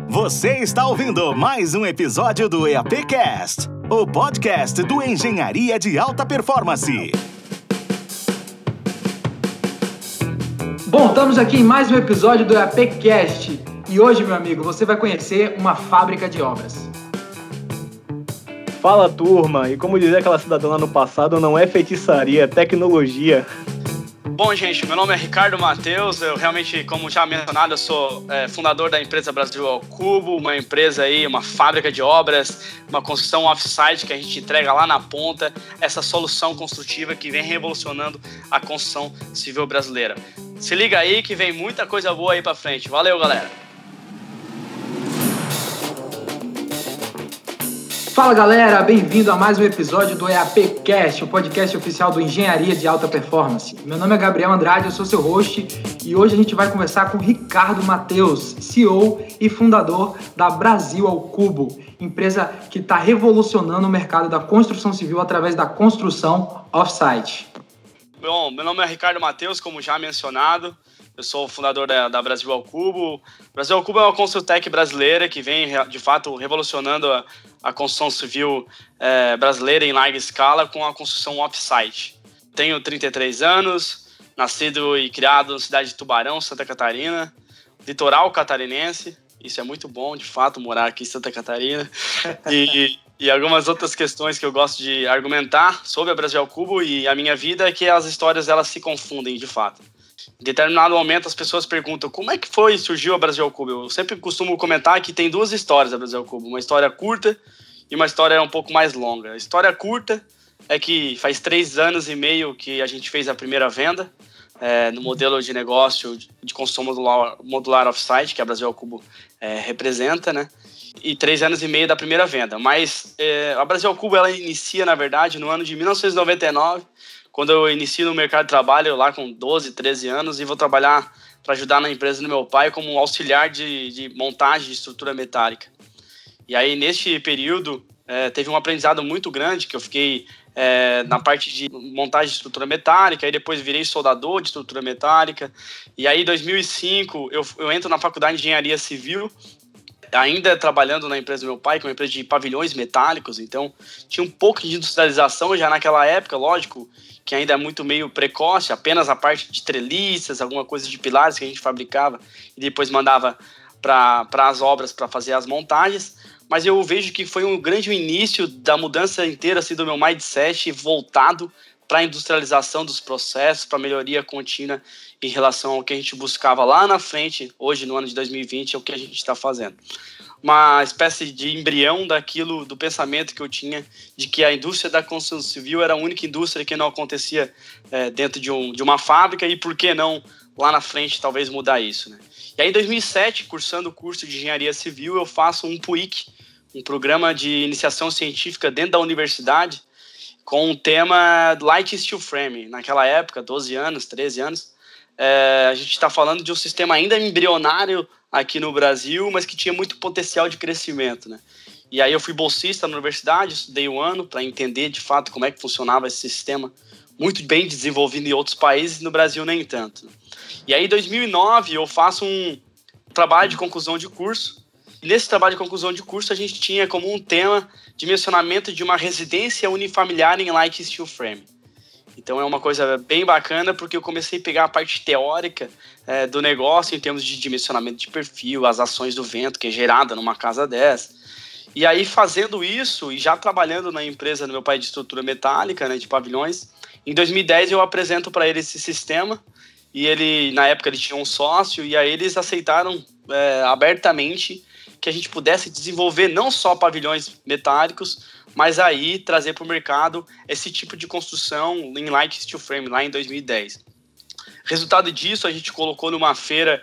Você está ouvindo mais um episódio do EAPcast, o podcast do Engenharia de Alta Performance. Bom, estamos aqui em mais um episódio do EAPcast e hoje, meu amigo, você vai conhecer uma fábrica de obras. Fala, turma, e como dizia aquela cidadã lá no passado, não é feitiçaria, é tecnologia. Bom, gente, meu nome é Ricardo Matheus, eu realmente, como já mencionado, eu sou fundador da empresa Brasil ao Cubo, uma empresa aí, uma fábrica de obras, uma construção off-site que a gente entrega lá na ponta, essa solução construtiva que vem revolucionando a construção civil brasileira. Se liga aí que vem muita coisa boa aí pra frente. Valeu, galera! Fala, galera, bem-vindo a mais um episódio do EAPcast, o podcast oficial do Engenharia de Alta Performance. Meu nome é Gabriel Andrade, eu sou seu host e hoje a gente vai conversar com Ricardo Matheus, CEO e fundador da Brasil ao Cubo, empresa que está revolucionando o mercado da construção civil através da construção off-site. Bom, meu nome é Ricardo Matheus, como já mencionado, eu sou o fundador da Brasil ao Cubo. Brasil ao Cubo é uma construtec brasileira que vem, de fato, revolucionando a construção civil brasileira em larga escala com a construção off-site. Tenho 33 anos, nascido e criado na cidade de Tubarão, Santa Catarina, litoral catarinense. Isso é muito bom, de fato, morar aqui em Santa Catarina. E algumas outras questões que eu gosto de argumentar sobre a Brasil ao Cubo e a minha vida é que as histórias elas se confundem, de fato. Em determinado momento as pessoas perguntam como é que surgiu a Brasil ao Cubo. Eu sempre costumo comentar que tem duas histórias da Brasil ao Cubo, uma história curta e uma história um pouco mais longa. A história curta é que faz 3 anos e meio que a gente fez a primeira venda no modelo de negócio de construção modular off-site, que a Brasil ao Cubo representa, né? E 3 anos e meio da primeira venda. Mas a Brasil ao Cubo ela inicia, na verdade, no ano de 1999, quando eu inicio no mercado de trabalho lá com 12, 13 anos e vou trabalhar para ajudar na empresa do meu pai como auxiliar de montagem de estrutura metálica. E aí, neste período, teve um aprendizado muito grande, que eu fiquei na parte de montagem de estrutura metálica, aí depois virei soldador de estrutura metálica. E aí, em 2005, eu entro na faculdade de engenharia civil, ainda trabalhando na empresa do meu pai, que é uma empresa de pavilhões metálicos, então tinha um pouco de industrialização já naquela época, lógico, que ainda é muito meio precoce, apenas a parte de treliças, alguma coisa de pilares que a gente fabricava e depois mandava para as obras para fazer as montagens, mas eu vejo que foi um grande início da mudança inteira assim, do meu mindset voltado para a industrialização dos processos, para a melhoria contínua em relação ao que a gente buscava lá na frente, hoje no ano de 2020, é o que a gente está fazendo. Uma espécie de embrião do pensamento que eu tinha de que a indústria da construção civil era a única indústria que não acontecia dentro de uma fábrica e por que não lá na frente talvez mudar isso, né? E aí em 2007, cursando o curso de engenharia civil, eu faço um PUIC, um programa de iniciação científica dentro da universidade, com o tema Light Steel Frame. Naquela época, 12 anos, 13 anos, a gente está falando de um sistema ainda embrionário aqui no Brasil, mas que tinha muito potencial de crescimento, né? E aí eu fui bolsista na universidade, estudei um ano para entender de fato como é que funcionava esse sistema, muito bem desenvolvido em outros países, no Brasil nem tanto. E aí em 2009 eu faço um trabalho de conclusão de curso. E nesse trabalho de conclusão de curso a gente tinha como um tema dimensionamento de uma residência unifamiliar em Light Steel Frame. Então é uma coisa bem bacana porque eu comecei a pegar a parte teórica do negócio em termos de dimensionamento de perfil, as ações do vento que é gerada numa casa dessa. E aí fazendo isso e já trabalhando na empresa do meu pai de estrutura metálica, né, de pavilhões, em 2010 eu apresento para ele esse sistema e na época ele tinha um sócio e aí eles aceitaram abertamente que a gente pudesse desenvolver não só pavilhões metálicos, mas aí trazer para o mercado esse tipo de construção em Light Steel Frame, lá em 2010. Resultado disso, a gente colocou numa feira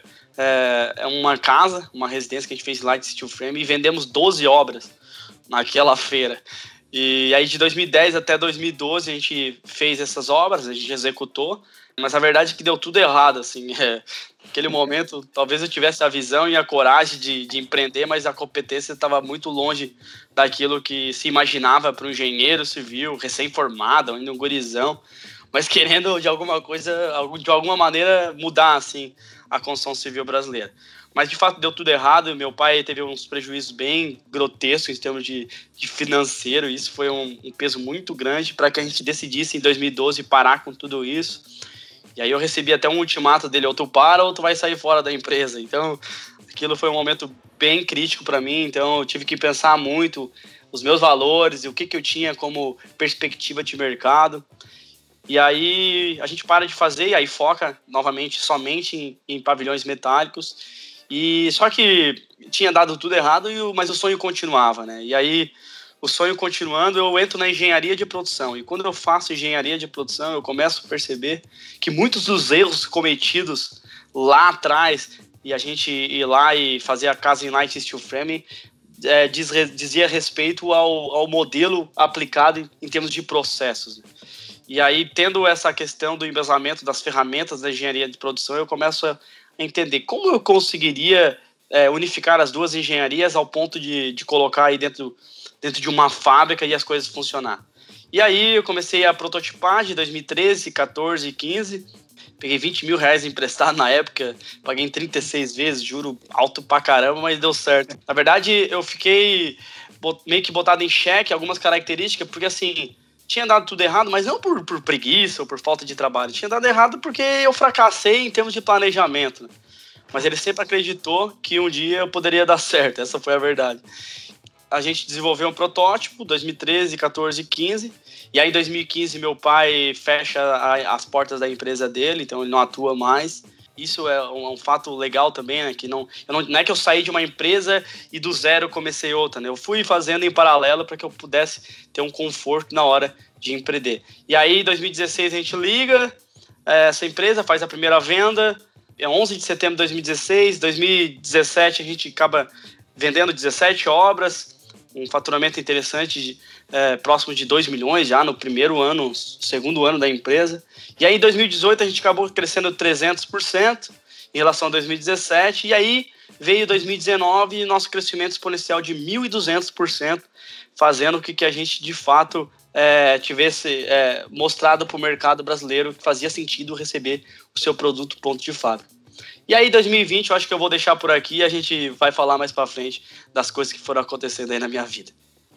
uma residência que a gente fez em Light Steel Frame e vendemos 12 obras naquela feira. E aí de 2010 até 2012 a gente fez essas obras, a gente executou, mas a verdade é que deu tudo errado, assim. Naquele momento, talvez eu tivesse a visão e a coragem de empreender, mas a competência estava muito longe daquilo que se imaginava para um engenheiro civil recém-formado, ainda um gurizão. mas querendo de alguma maneira mudar assim a construção civil brasileira. Mas de fato deu tudo errado, meu pai teve uns prejuízos bem grotescos em termos de financeiro, isso foi um peso muito grande para que a gente decidisse em 2012 parar com tudo isso. E aí eu recebi até um ultimato dele, ou tu para ou tu vai sair fora da empresa. Então aquilo foi um momento bem crítico para mim, então eu tive que pensar muito os meus valores e o que eu tinha como perspectiva de mercado. E aí a gente para de fazer e aí foca novamente somente em pavilhões metálicos. E só que tinha dado tudo errado, mas o sonho continuava, né? E aí, o sonho continuando, eu entro na engenharia de produção. E quando eu faço engenharia de produção, eu começo a perceber que muitos dos erros cometidos lá atrás, e a gente ir lá e fazer a casa em Light Steel Frame, dizia respeito ao modelo aplicado em termos de processos. E aí, tendo essa questão do embesamento das ferramentas da engenharia de produção, eu começo a entender como eu conseguiria unificar as duas engenharias ao ponto de colocar aí dentro de uma fábrica e as coisas funcionar. E aí eu comecei a prototipar de 2013, 14 e 15, peguei 20 mil reais emprestado na época, paguei em 36 vezes, juro alto pra caramba, mas deu certo. Na verdade, eu fiquei meio que botado em xeque algumas características, porque assim, tinha dado tudo errado, mas não por preguiça ou por falta de trabalho. Tinha dado errado porque eu fracassei em termos de planejamento. Mas ele sempre acreditou que um dia eu poderia dar certo. Essa foi a verdade. A gente desenvolveu um protótipo, 2013, 14 e 15. E aí, em 2015, meu pai fecha as portas da empresa dele, então ele não atua mais. Isso é um fato legal também, né? Que não é que eu saí de uma empresa e do zero comecei outra, né? Eu fui fazendo em paralelo para que eu pudesse ter um conforto na hora de empreender. E aí, em 2016, a gente liga essa empresa, faz a primeira venda. É 11 de setembro de 2016. 2017, a gente acaba vendendo 17 obras, um faturamento interessante, próximo de 2 milhões já no primeiro ano, segundo ano da empresa. E aí, em 2018, a gente acabou crescendo 300% em relação a 2017. E aí, veio 2019 e nosso crescimento exponencial de 1.200%, fazendo com que a gente, de fato, tivesse mostrado para o mercado brasileiro que fazia sentido receber o seu produto ponto de fábrica. E aí, 2020, eu acho que eu vou deixar por aqui e a gente vai falar mais para frente das coisas que foram acontecendo aí na minha vida.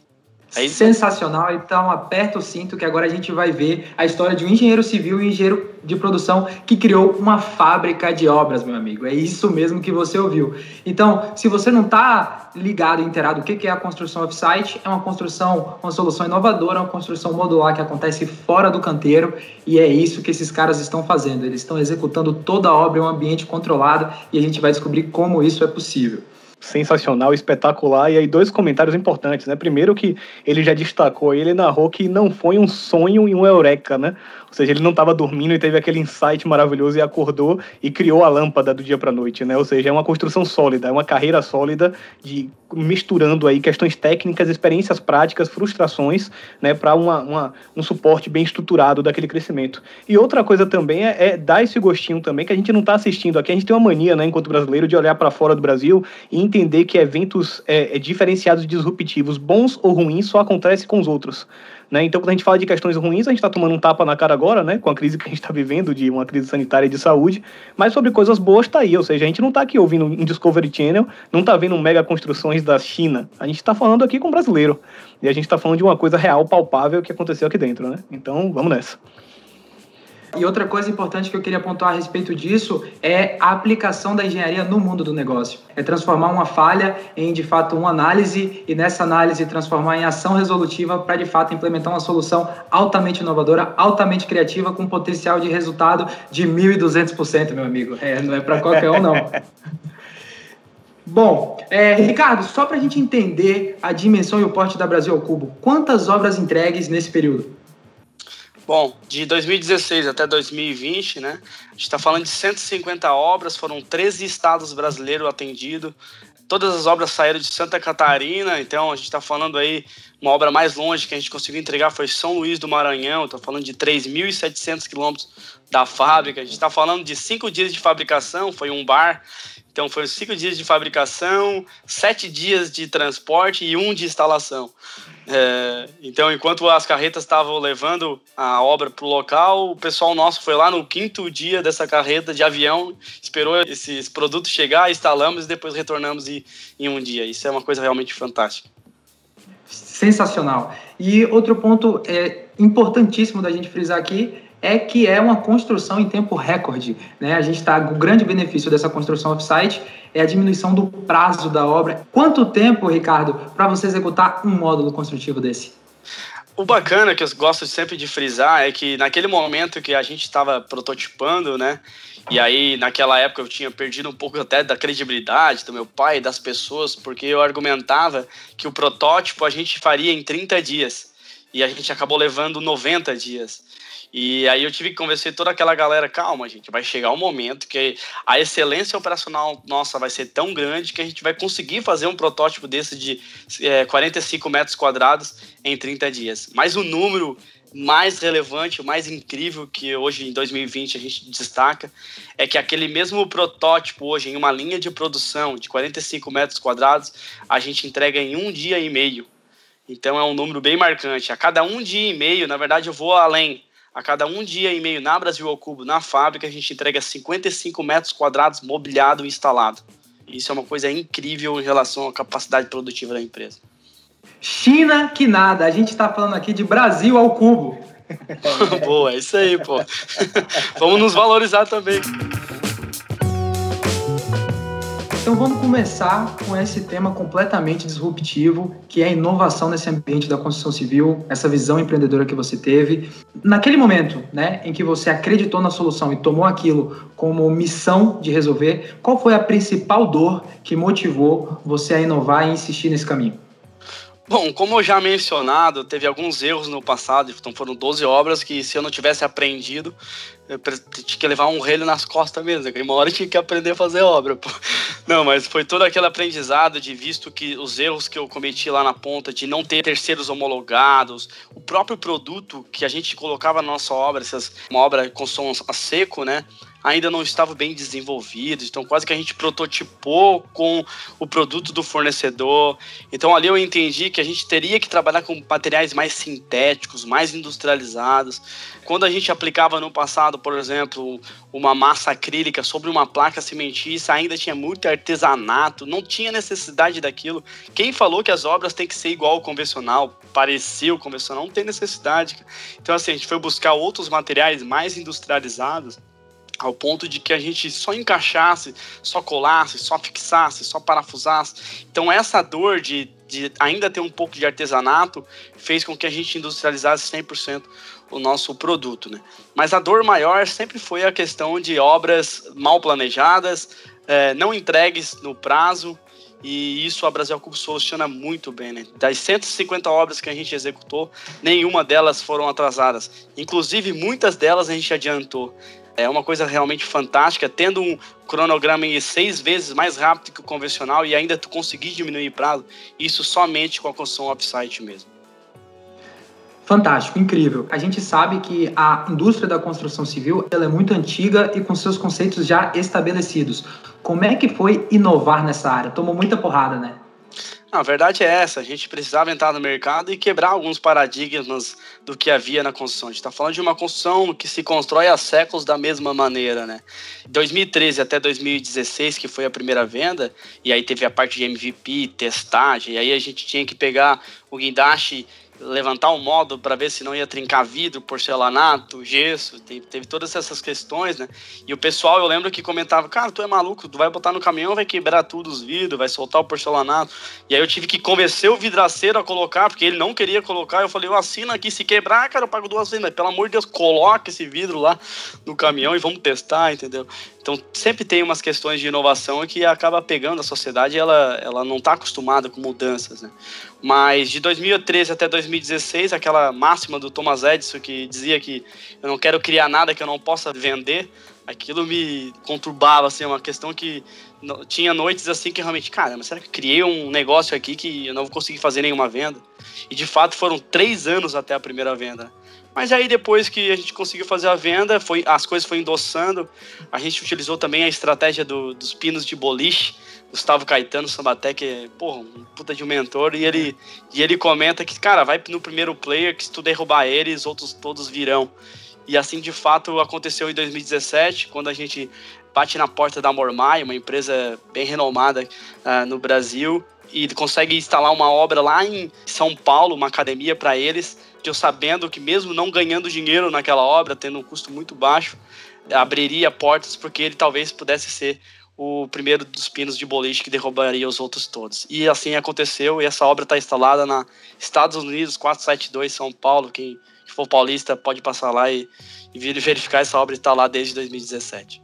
Sensacional, então aperta o cinto que agora a gente vai ver a história de um engenheiro civil e um engenheiro de produção que criou uma fábrica de obras, meu amigo. É isso mesmo que você ouviu. Então, se você não está ligado e inteirado do que é a construção off-site, é uma solução inovadora, uma construção modular que acontece fora do canteiro, e é isso que esses caras estão fazendo. Eles estão executando toda a obra em um ambiente controlado e a gente vai descobrir como isso é possível. Sensacional, espetacular. E aí 2 comentários importantes, né? Primeiro que ele já destacou, ele narrou que não foi um sonho e um eureka, né? Ou seja, ele não estava dormindo e teve aquele insight maravilhoso e acordou e criou a lâmpada do dia para a noite, né? Ou seja, é uma construção sólida, é uma carreira sólida misturando aí questões técnicas, experiências práticas, frustrações, né? Para um suporte bem estruturado daquele crescimento. E outra coisa também é dar esse gostinho também que a gente não está assistindo aqui. A gente tem uma mania, né? Enquanto brasileiro, de olhar para fora do Brasil e entender que eventos diferenciados e disruptivos, bons ou ruins, só acontecem com os outros. Né? Então, quando a gente fala de questões ruins, a gente está tomando um tapa na cara agora, né? Com a crise que a gente está vivendo, de uma crise sanitária e de saúde, mas sobre coisas boas está aí, ou seja, a gente não está aqui ouvindo um Discovery Channel, não está vendo mega construções da China, a gente está falando aqui com um brasileiro, e a gente está falando de uma coisa real, palpável, que aconteceu aqui dentro, né? Então, vamos nessa. E outra coisa importante que eu queria pontuar a respeito disso é a aplicação da engenharia no mundo do negócio. É transformar uma falha em, de fato, uma análise e nessa análise transformar em ação resolutiva para, de fato, implementar uma solução altamente inovadora, altamente criativa, com potencial de resultado de 1.200%, meu amigo. Não é para qualquer um, não. Bom, Ricardo, só para a gente entender a dimensão e o porte da Brasil ao Cubo, quantas obras entregues nesse período? Bom, de 2016 até 2020, né, a gente está falando de 150 obras, foram 13 estados brasileiros atendidos, todas as obras saíram de Santa Catarina, então a gente está falando aí, uma obra mais longe que a gente conseguiu entregar foi São Luís do Maranhão, estou falando de 3.700 quilômetros da fábrica. A gente está falando de 5 dias de fabricação, foi um bar. Então, foram 5 dias de fabricação, 7 dias de transporte e 1 de instalação. Então, enquanto as carretas estavam levando a obra para o local, o pessoal nosso foi lá no 5º dia dessa carreta de avião, esperou esses produtos chegar, instalamos e depois retornamos em 1 dia. Isso é uma coisa realmente fantástica. Sensacional. E outro ponto importantíssimo da gente frisar aqui é que é uma construção em tempo recorde, né? O grande benefício dessa construção off-site é a diminuição do prazo da obra. Quanto tempo, Ricardo, para você executar um módulo construtivo desse? O bacana que eu gosto sempre de frisar é que naquele momento que a gente estava prototipando, né? E aí, naquela época, eu tinha perdido um pouco até da credibilidade do meu pai e das pessoas, porque eu argumentava que o protótipo a gente faria em 30 dias. E a gente acabou levando 90 dias. E aí eu tive que convencer toda aquela galera, calma, gente, vai chegar um momento que a excelência operacional nossa vai ser tão grande que a gente vai conseguir fazer um protótipo desse de 45 metros quadrados em 30 dias. Mas o número mais relevante, o mais incrível que hoje em 2020 a gente destaca é que aquele mesmo protótipo hoje em uma linha de produção de 45 metros quadrados a gente entrega em 1 dia e meio. Então é um número bem marcante. A cada 1 dia e meio, na verdade eu vou além. A cada 1 dia e meio na Brasil ao Cubo, na fábrica, a gente entrega 55 metros quadrados mobiliado e instalado. Isso é uma coisa incrível em relação à capacidade produtiva da empresa. China que nada, a gente está falando aqui de Brasil ao Cubo. Boa, é isso aí, pô. Vamos nos valorizar também. Então vamos começar com esse tema completamente disruptivo, que é a inovação nesse ambiente da construção civil, essa visão empreendedora que você teve. Naquele momento, né, em que você acreditou na solução e tomou aquilo como missão de resolver, qual foi a principal dor que motivou você a inovar e insistir nesse caminho? Bom, como eu já mencionado, teve alguns erros no passado, então foram 12 obras que se eu não tivesse aprendido, eu tinha que levar um relho nas costas mesmo, uma hora eu tinha que aprender a fazer obra, pô. Não, mas foi todo aquele aprendizado de visto que os erros que eu cometi lá na ponta, de não ter terceiros homologados, o próprio produto que a gente colocava na nossa obra, uma obra com som a seco, né? Ainda não estavam bem desenvolvidos, então quase que a gente prototipou com o produto do fornecedor. Então ali eu entendi que a gente teria que trabalhar com materiais mais sintéticos, mais industrializados. Quando a gente aplicava no passado, por exemplo, uma massa acrílica sobre uma placa cimentícia, ainda tinha muito artesanato, não tinha necessidade daquilo. Quem falou que as obras têm que ser igual ao convencional, parecia o convencional, não tem necessidade. Então assim, a gente foi buscar outros materiais mais industrializados, ao ponto de que a gente só encaixasse, só colasse, só fixasse, só parafusasse. Então essa dor de ainda ter um pouco de artesanato fez com que a gente industrializasse 100% o nosso produto, né? Mas a dor maior sempre foi a questão de obras mal planejadas, não entregues no prazo, e isso a Brasil ao Cubo soluciona muito bem, né? Das 150 obras que a gente executou, nenhuma delas foram atrasadas. Inclusive, muitas delas a gente adiantou. É uma coisa realmente fantástica, tendo um cronograma 6 vezes mais rápido que o convencional e ainda tu conseguir diminuir prazo, isso somente com a construção off-site mesmo. Fantástico, incrível. A gente sabe que a indústria da construção civil ela é muito antiga e com seus conceitos já estabelecidos. Como é que foi inovar nessa área? Tomou muita porrada, né? A verdade é essa, a gente precisava entrar no mercado e quebrar alguns paradigmas do que havia na construção. A gente está falando de uma construção que se constrói há séculos da mesma maneira, né? 2013 até 2016, que foi a primeira venda, e aí teve a parte de MVP, testagem, e aí a gente tinha que pegar o guindaste, levantar um módulo para ver se não ia trincar vidro, porcelanato, gesso, teve todas essas questões, né? E o pessoal, eu lembro que comentava, cara, tu é maluco, tu vai botar no caminhão, vai quebrar tudo os vidros, vai soltar o porcelanato. E aí eu tive que convencer o vidraceiro a colocar, porque ele não queria colocar. Eu falei, eu assino aqui, se quebrar, cara, eu pago 2 vezes, mas pelo amor de Deus, coloca esse vidro lá no caminhão e vamos testar, entendeu? Então sempre tem umas questões de inovação que acaba pegando a sociedade, ela não está acostumada com mudanças, né? Mas de 2013 até 2016, aquela máxima do Thomas Edison que dizia que eu não quero criar nada que eu não possa vender, aquilo me conturbava, assim, uma questão que tinha noites assim que realmente, caramba, será que eu criei um negócio aqui que eu não vou conseguir fazer nenhuma venda? E de fato foram 3 anos até a primeira venda. Mas aí depois que a gente conseguiu fazer a venda, as coisas foram endossando. A gente utilizou também a estratégia dos pinos de boliche. Gustavo Caetano, Sambaté, que é, porra, um puta de um mentor, e ele comenta que, cara, vai no primeiro player, que se tu derrubar ele, os outros todos virão. E assim, de fato, aconteceu em 2017, quando a gente bate na porta da Mormai, uma empresa bem renomada no Brasil, e consegue instalar uma obra lá em São Paulo, uma academia para eles, eu sabendo que mesmo não ganhando dinheiro naquela obra, tendo um custo muito baixo, abriria portas porque ele talvez pudesse ser o primeiro dos pinos de boliche que derrubaria os outros todos. E assim aconteceu, e essa obra está instalada na Estados Unidos, 472 São Paulo. Quem for paulista pode passar lá e verificar essa obra, está lá desde 2017.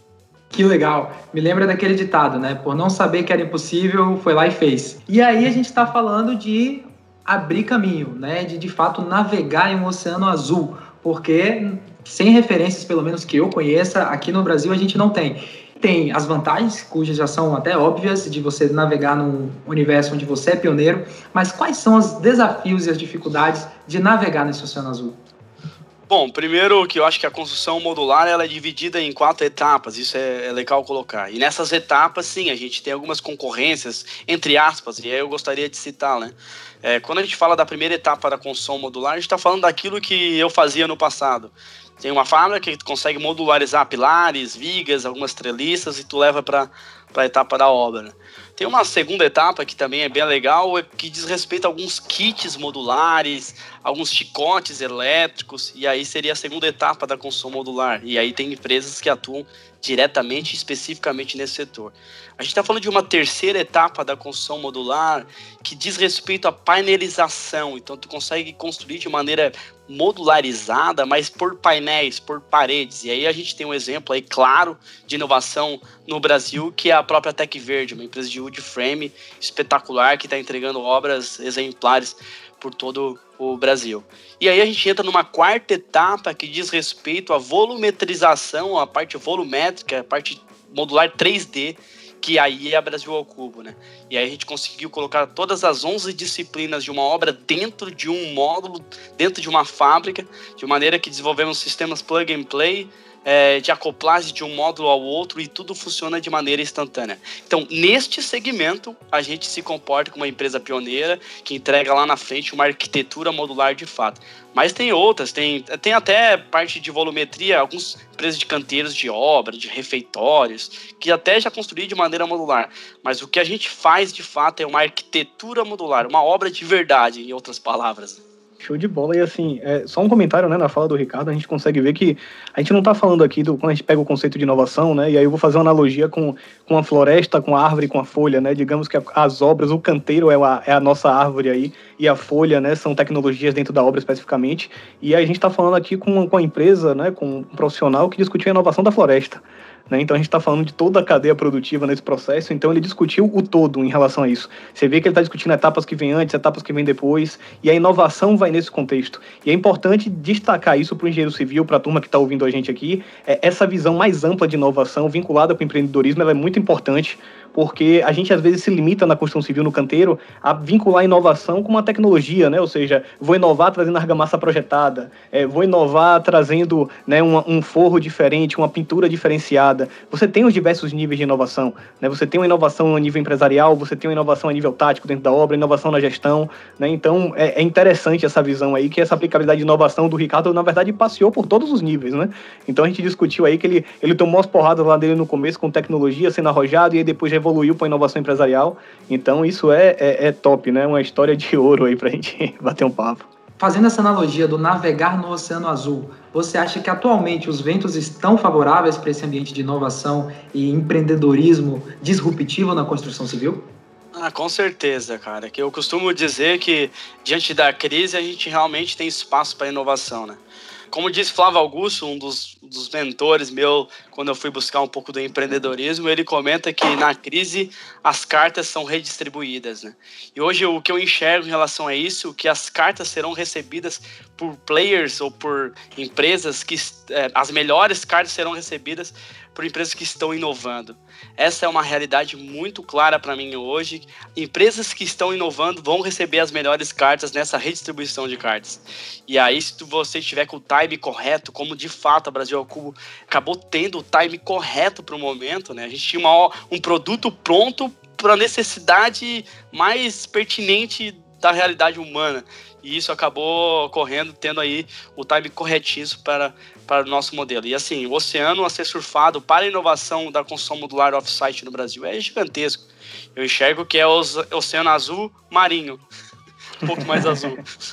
Que legal. Me lembra daquele ditado, né? Por não saber que era impossível, foi lá e fez. E aí a gente está falando de abrir caminho, né? De fato navegar em um oceano azul, porque sem referências, pelo menos que eu conheça, aqui no Brasil a gente não tem. Tem as vantagens, cujas já são até óbvias, de você navegar num universo onde você é pioneiro, mas quais são os desafios e as dificuldades de navegar nesse oceano azul? Bom, primeiro que eu acho que a construção modular ela é dividida em 4 etapas, isso é legal colocar. E nessas etapas, sim, a gente tem algumas concorrências, entre aspas, e aí eu gostaria de citar, né? Quando a gente fala da primeira etapa da construção modular, a gente está falando daquilo que eu fazia no passado. Tem uma fábrica que tu consegue modularizar pilares, vigas, algumas treliças e tu leva para a etapa da obra, né? Tem uma segunda etapa que também é bem legal, que diz respeito a alguns kits modulares, alguns chicotes elétricos, e aí seria a segunda etapa da construção modular. E aí tem empresas que atuam diretamente e especificamente nesse setor. A gente está falando de uma terceira etapa da construção modular que diz respeito à painelização. Então tu consegue construir de maneira modularizada, mas por painéis, por paredes. E aí a gente tem um exemplo aí claro de inovação no Brasil, que é a própria Tec Verde, uma empresa de wood frame espetacular que está entregando obras exemplares por todo o Brasil. E aí a gente entra numa quarta etapa que diz respeito à volumetrização, a parte volumétrica, a parte modular 3D, que aí é a Brasil ao Cubo, né? E aí a gente conseguiu colocar todas as 11 disciplinas de uma obra dentro de um módulo, dentro de uma fábrica, de maneira que desenvolvemos sistemas plug and play, de acoplagem de um módulo ao outro, e tudo funciona de maneira instantânea. Então, neste segmento, a gente se comporta como uma empresa pioneira que entrega lá na frente uma arquitetura modular de fato. Mas tem outras, tem até parte de volumetria, algumas empresas de canteiros de obra, de refeitórios, que até já construíram de maneira modular. Mas o que a gente faz de fato é uma arquitetura modular, uma obra de verdade, em outras palavras. Show de bola. E assim, só um comentário, né, na fala do Ricardo, a gente consegue ver que a gente não está falando aqui quando a gente pega o conceito de inovação, né, e aí eu vou fazer uma analogia com a floresta, com a árvore, com a folha, né, digamos que as obras, o canteiro é a nossa árvore aí, e a folha, né, são tecnologias dentro da obra especificamente, e aí a gente está falando aqui com a empresa, né, com um profissional que discutiu a inovação da floresta. Né? Então a gente está falando de toda a cadeia produtiva nesse processo, então ele discutiu o todo em relação a isso. Você vê que ele está discutindo etapas que vêm antes, etapas que vêm depois, e a inovação vai nesse contexto. E é importante destacar isso para o engenheiro civil, para a turma que está ouvindo a gente aqui, essa visão mais ampla de inovação vinculada com o empreendedorismo, ela é muito importante, porque a gente às vezes se limita na construção civil, no canteiro, a vincular a inovação com uma tecnologia, né? Ou seja, vou inovar trazendo argamassa projetada, vou inovar trazendo, né, um forro diferente, uma pintura diferenciada. Você tem os diversos níveis de inovação, né? Você tem uma inovação a nível empresarial, você tem uma inovação a nível tático dentro da obra, inovação na gestão, né? Então é interessante essa visão aí, que essa aplicabilidade de inovação do Ricardo, na verdade, passeou por todos os níveis, né? Então a gente discutiu aí que ele tomou as porradas lá dele no começo com tecnologia, sendo arrojado, e aí depois evoluiu para inovação empresarial. Então isso é top, né? Uma história de ouro aí pra gente bater um papo. Fazendo essa analogia do navegar no Oceano Azul, você acha que atualmente os ventos estão favoráveis para esse ambiente de inovação e empreendedorismo disruptivo na construção civil? Com certeza, cara. Que eu costumo dizer que diante da crise a gente realmente tem espaço para inovação, né? Como disse Flávio Augusto, um dos mentores meu, quando eu fui buscar um pouco do empreendedorismo, ele comenta que na crise as cartas são redistribuídas, né? E hoje o que eu enxergo em relação a isso, que as cartas serão recebidas por players ou por empresas que as melhores cartas serão recebidas por empresas que estão inovando. essa é uma realidade muito clara para mim hoje. Empresas que estão inovando vão receber as melhores cartas nessa redistribuição de cartas. E aí, se você estiver com o time correto, como de fato a Brasil ao Cubo acabou tendo o time correto para o momento, né? A gente tinha um produto pronto para a necessidade mais pertinente da realidade humana. E isso acabou ocorrendo, tendo aí o time corretíssimo para o nosso modelo. E assim, o oceano a ser surfado para a inovação da construção modular off-site no Brasil é gigantesco. Eu enxergo que é o oceano azul marinho, um pouco mais azul.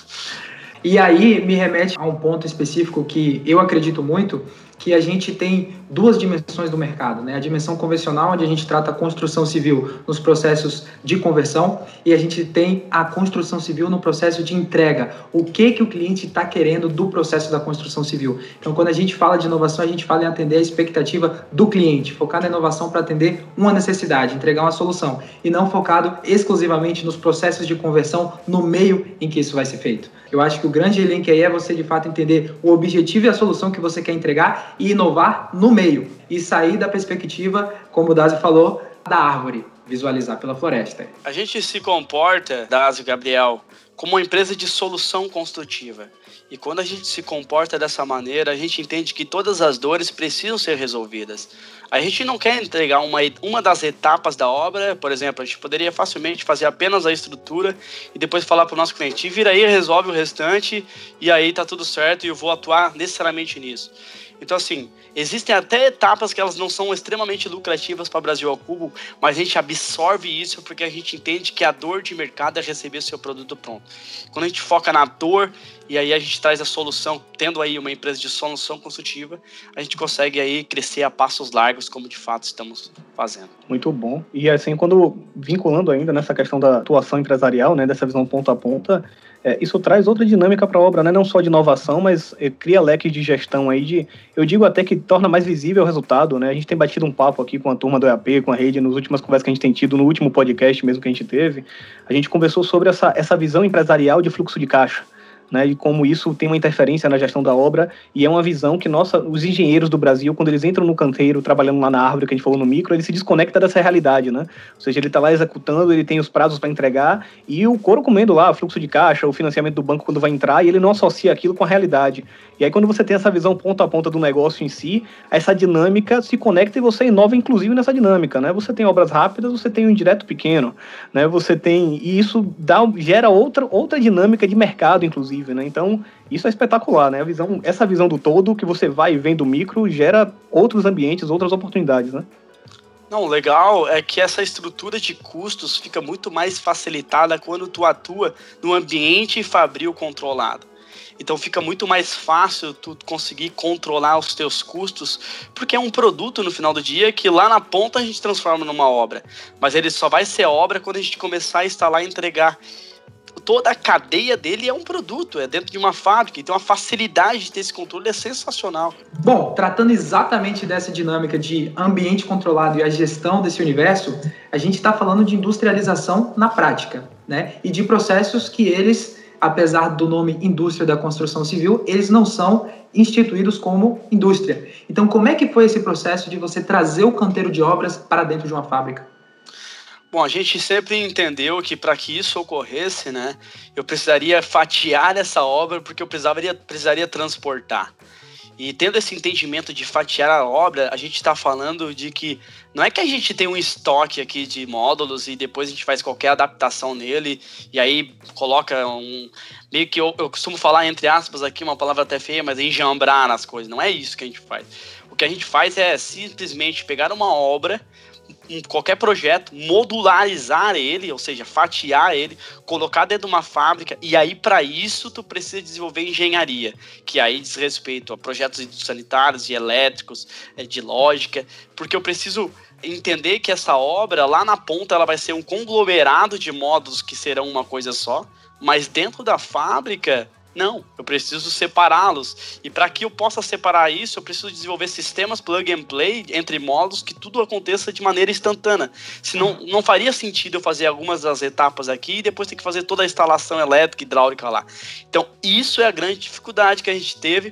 E aí me remete a um ponto específico que eu acredito muito, que a gente tem duas dimensões do mercado, né? A dimensão convencional, onde a gente trata a construção civil nos processos de conversão, e a gente tem a construção civil no processo de entrega. O que o cliente está querendo do processo da construção civil. Então, quando a gente fala de inovação, a gente fala em atender a expectativa do cliente, focar na inovação para atender uma necessidade, entregar uma solução, e não focado exclusivamente nos processos de conversão no meio em que isso vai ser feito. Eu acho que o grande link aí é você, de fato, entender o objetivo e a solução que você quer entregar e inovar no meio. E sair da perspectiva, como o Dazi falou, da árvore, visualizar pela floresta. A gente se comporta, Dazi e Gabriel, como uma empresa de solução construtiva. E quando a gente se comporta dessa maneira, a gente entende que todas as dores precisam ser resolvidas. A gente não quer entregar uma das etapas da obra, por exemplo, a gente poderia facilmente fazer apenas a estrutura e depois falar para o nosso cliente, vira aí, resolve o restante e aí tá tudo certo e eu vou atuar necessariamente nisso. Então, assim, existem até etapas que elas não são extremamente lucrativas para o Brasil ao Cubo, mas a gente absorve isso porque a gente entende que a dor de mercado é receber seu produto pronto. Quando a gente foca na dor e aí a gente traz a solução, tendo aí uma empresa de solução consultiva, a gente consegue aí crescer a passos largos, como de fato estamos fazendo. Muito bom. E assim, quando vinculando ainda nessa questão da atuação empresarial, né, dessa visão ponta a ponta, isso traz outra dinâmica para a obra, né? Não só de inovação, mas cria leques de gestão aí eu digo até que torna mais visível o resultado, né? A gente tem batido um papo aqui com a turma do EAP, com a rede, nas últimas conversas que a gente tem tido, no último podcast mesmo que a gente teve, a gente conversou sobre essa visão empresarial de fluxo de caixa, né, e como isso tem uma interferência na gestão da obra, e é uma visão que os engenheiros do Brasil, quando eles entram no canteiro, trabalhando lá na árvore, que a gente falou no micro, ele se desconecta dessa realidade, né? Ou seja, ele está lá executando, ele tem os prazos para entregar, e o couro comendo lá, o fluxo de caixa, o financiamento do banco quando vai entrar, e ele não associa aquilo com a realidade. E aí quando você tem essa visão ponta a ponta do negócio em si, essa dinâmica se conecta e você inova inclusive nessa dinâmica, né? Você tem obras rápidas, você tem um indireto pequeno, né? Você tem, e isso gera outra dinâmica de mercado, inclusive. Né? Então, isso é espetacular, né? Essa visão do todo, que você vai e vem do micro, gera outros ambientes, outras oportunidades, né? Não, legal é que essa estrutura de custos fica muito mais facilitada quando tu atua no ambiente fabril controlado. Então fica muito mais fácil tu conseguir controlar os teus custos, porque é um produto no final do dia que lá na ponta a gente transforma numa obra. Mas ele só vai ser obra quando a gente começar a instalar e entregar. Toda a cadeia dele é um produto, é dentro de uma fábrica, então a facilidade de ter esse controle é sensacional. Bom, tratando exatamente dessa dinâmica de ambiente controlado e a gestão desse universo, a gente está falando de industrialização na prática, né? E de processos que eles, apesar do nome indústria da construção civil, eles não são instituídos como indústria. Então, como é que foi esse processo de você trazer o canteiro de obras para dentro de uma fábrica? Bom, a gente sempre entendeu que para que isso ocorresse, né, eu precisaria fatiar essa obra porque eu precisaria transportar. E tendo esse entendimento de fatiar a obra, a gente está falando de que não é que a gente tem um estoque aqui de módulos e depois a gente faz qualquer adaptação nele e aí coloca meio que eu costumo falar entre aspas aqui, uma palavra até feia, mas enjambrar as coisas. Não é isso que a gente faz. O que a gente faz é simplesmente pegar uma obra, qualquer projeto, modularizar ele, ou seja, fatiar ele, colocar dentro de uma fábrica, e aí para isso tu precisa desenvolver engenharia, que aí diz respeito a projetos sanitários, de elétricos, de lógica, porque eu preciso entender que essa obra lá na ponta ela vai ser um conglomerado de módulos que serão uma coisa só, mas dentro da fábrica não, eu preciso separá-los. E para que eu possa separar isso, eu preciso desenvolver sistemas plug and play entre módulos que tudo aconteça de maneira instantânea. Senão, não faria sentido eu fazer algumas das etapas aqui e depois ter que fazer toda a instalação elétrica e hidráulica lá. Então, isso é a grande dificuldade que a gente teve.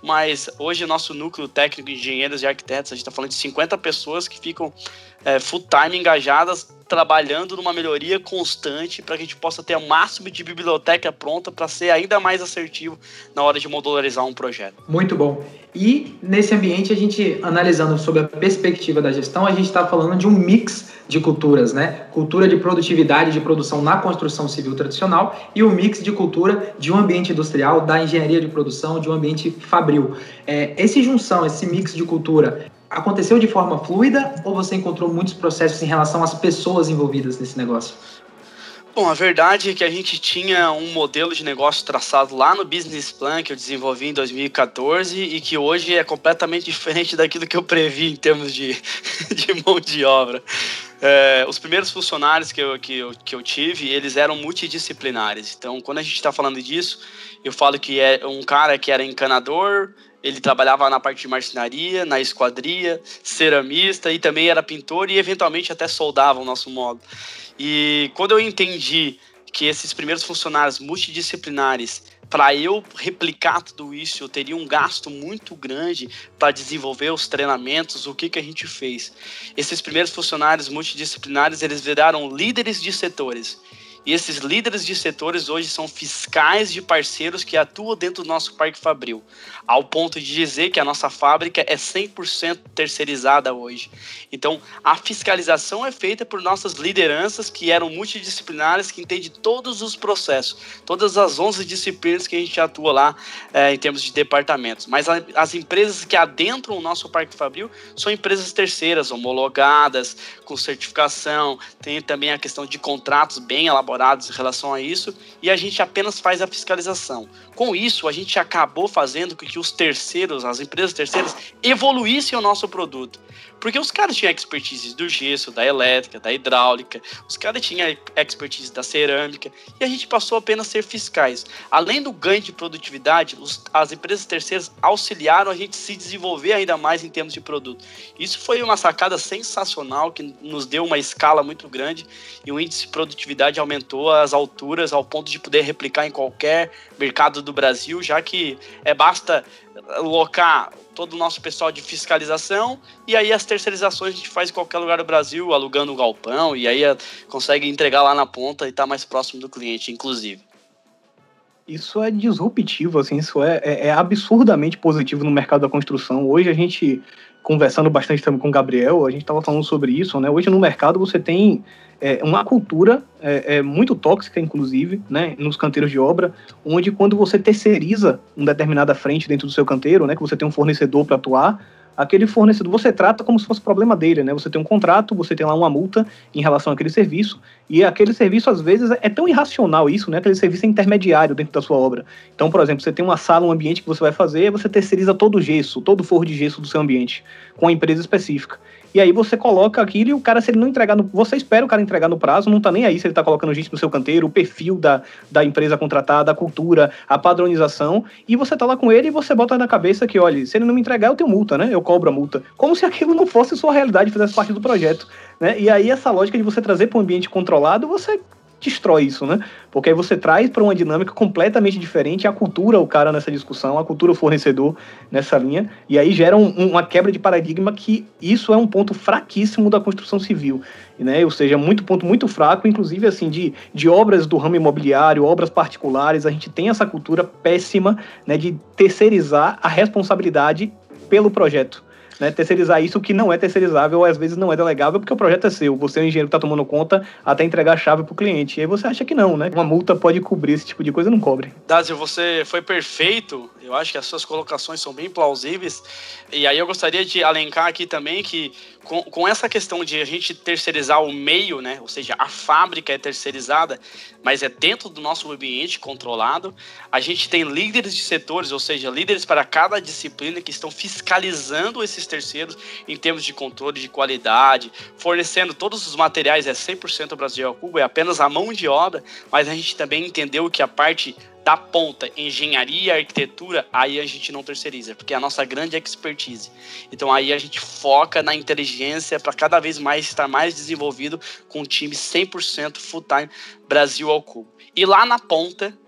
mas hoje o nosso núcleo técnico de engenheiros e arquitetos, a gente está falando de 50 pessoas que ficam full time engajadas, trabalhando numa melhoria constante para que a gente possa ter o máximo de biblioteca pronta para ser ainda mais assertivo na hora de modularizar um projeto. Muito bom. E nesse ambiente, a gente, analisando sobre a perspectiva da gestão, a gente está falando de um mix de culturas, né? Cultura de produtividade, de produção na construção civil tradicional e o mix de cultura de um ambiente industrial, da engenharia de produção, de um ambiente fabril. Essa junção, esse mix de cultura, aconteceu de forma fluida ou você encontrou muitos processos em relação às pessoas envolvidas nesse negócio? Bom, a verdade é que a gente tinha um modelo de negócio traçado lá no Business Plan que eu desenvolvi em 2014 e que hoje é completamente diferente daquilo que eu previ em termos de mão de obra. Os primeiros funcionários que eu tive, eles eram multidisciplinares. Então, quando a gente está falando disso, eu falo que é um cara que era encanador, ele trabalhava na parte de marcenaria, na esquadria, ceramista e também era pintor e eventualmente até soldava o nosso módulo. E quando eu entendi que esses primeiros funcionários multidisciplinares, para eu replicar tudo isso, eu teria um gasto muito grande para desenvolver os treinamentos, o que a gente fez? Esses primeiros funcionários multidisciplinares, eles viraram líderes de setores. E esses líderes de setores hoje são fiscais de parceiros que atuam dentro do nosso parque fabril, ao ponto de dizer que a nossa fábrica é 100% terceirizada hoje. Então, a fiscalização é feita por nossas lideranças que eram multidisciplinares, que entendem todos os processos, todas as 11 disciplinas que a gente atua lá em termos de departamentos. Mas as empresas que adentram o nosso parque fabril são empresas terceiras, homologadas, com certificação, tem também a questão de contratos bem elaborados em relação a isso, e a gente apenas faz a fiscalização. Com isso, a gente acabou fazendo com que os terceiros, as empresas terceiras, evoluíssem o nosso produto. Porque os caras tinham expertise do gesso, da elétrica, da hidráulica, os caras tinham expertise da cerâmica, e a gente passou apenas a ser fiscais. Além do ganho de produtividade, as empresas terceiras auxiliaram a gente se desenvolver ainda mais em termos de produto. Isso foi uma sacada sensacional, que nos deu uma escala muito grande, e o índice de produtividade aumentou as alturas ao ponto de poder replicar em qualquer mercado do Brasil, já que basta alocar todo o nosso pessoal de fiscalização e aí as terceirizações a gente faz em qualquer lugar do Brasil, alugando um galpão, e aí consegue entregar lá na ponta e tá mais próximo do cliente, inclusive. Isso é disruptivo, assim, isso é absurdamente positivo no mercado da construção. Hoje a gente, conversando bastante também com o Gabriel, a gente estava falando sobre isso, né? Hoje no mercado você tem uma cultura muito tóxica, inclusive, né, nos canteiros de obra, onde quando você terceiriza uma determinada frente dentro do seu canteiro, né, que você tem um fornecedor para atuar, aquele fornecedor você trata como se fosse problema dele, né? Você tem um contrato, você tem lá uma multa em relação àquele serviço, e aquele serviço, às vezes, é tão irracional isso, né? Aquele serviço é intermediário dentro da sua obra. Então, por exemplo, você tem uma sala, um ambiente que você vai fazer, você terceiriza todo o gesso, todo o forro de gesso do seu ambiente, com a empresa específica. E aí você coloca aquilo e o cara, se ele não entregar, você espera o cara entregar no prazo, não tá nem aí se ele tá colocando gente no seu canteiro, o perfil da empresa contratada, a cultura, a padronização, e você tá lá com ele e você bota na cabeça que, olha, se ele não me entregar, eu tenho multa, né? Eu cobro a multa. Como se aquilo não fosse sua realidade, fizesse parte do projeto, né? E aí essa lógica de você trazer para um ambiente controlado, você destrói isso, né? Porque aí você traz para uma dinâmica completamente diferente a cultura, o cara nessa discussão, a cultura, o fornecedor nessa linha, e aí gera uma quebra de paradigma, que isso é um ponto fraquíssimo da construção civil, né? Ou seja, ponto muito fraco, inclusive assim, de obras do ramo imobiliário, obras particulares, a gente tem essa cultura péssima, né, de terceirizar a responsabilidade pelo projeto. Né, terceirizar isso que não é terceirizável, ou às vezes não é delegável, porque o projeto é seu, você é o engenheiro que está tomando conta até entregar a chave para o cliente, e aí você acha que não, né? Uma multa pode cobrir esse tipo de coisa, não cobre. Dázio, você foi perfeito, eu acho que as suas colocações são bem plausíveis, e aí eu gostaria de alencar aqui também que com essa questão de a gente terceirizar o meio, né, ou seja, a fábrica é terceirizada, mas é dentro do nosso ambiente controlado, a gente tem líderes de setores, ou seja, líderes para cada disciplina que estão fiscalizando esses terceiros em termos de controle de qualidade, fornecendo todos os materiais, 100% Brasil ao Cubo, é apenas a mão de obra, mas a gente também entendeu que a parte da ponta, engenharia, arquitetura, aí a gente não terceiriza, porque é a nossa grande expertise. Então aí a gente foca na inteligência para cada vez mais estar mais desenvolvido com um time 100% full-time Brasil ao Cubo. E lá na ponta,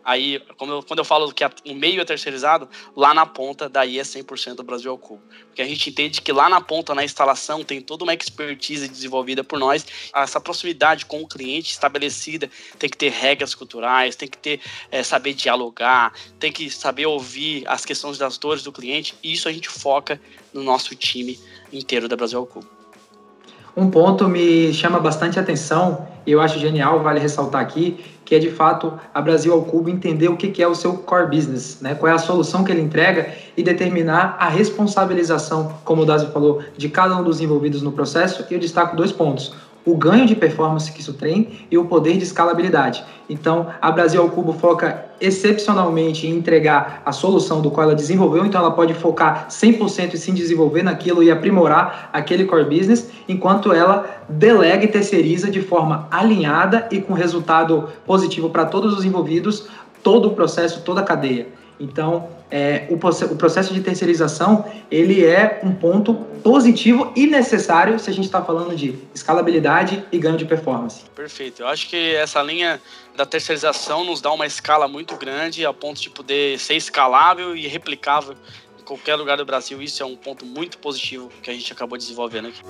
Aí, quando eu falo que o meio é terceirizado, lá na ponta, daí é 100% do Brasil ao Cubo. Porque a gente entende que lá na ponta, na instalação, tem toda uma expertise desenvolvida por nós. Essa proximidade com o cliente estabelecida, tem que ter regras culturais, tem que ter saber dialogar, tem que saber ouvir as questões das dores do cliente. E isso a gente foca no nosso time inteiro da Brasil ao Cubo. Um ponto me chama bastante atenção, e eu acho genial, vale ressaltar aqui, que é de fato a Brasil ao Cubo entender o que é o seu core business, né? Qual é a solução que ele entrega e determinar a responsabilização, como o Dazi falou, de cada um dos envolvidos no processo. E eu destaco 2 pontos: o ganho de performance que isso tem e o poder de escalabilidade. Então, a Brasil ao Cubo foca excepcionalmente em entregar a solução do qual ela desenvolveu, então ela pode focar 100% em se desenvolver naquilo e aprimorar aquele core business, enquanto ela delega e terceiriza de forma alinhada e com resultado positivo para todos os envolvidos, todo o processo, toda a cadeia. Então, o processo de terceirização, ele é um ponto positivo e necessário se a gente está falando de escalabilidade e ganho de performance. Perfeito. Eu acho que essa linha da terceirização nos dá uma escala muito grande a ponto de poder ser escalável e replicável em qualquer lugar do Brasil. Isso é um ponto muito positivo que a gente acabou desenvolvendo aqui.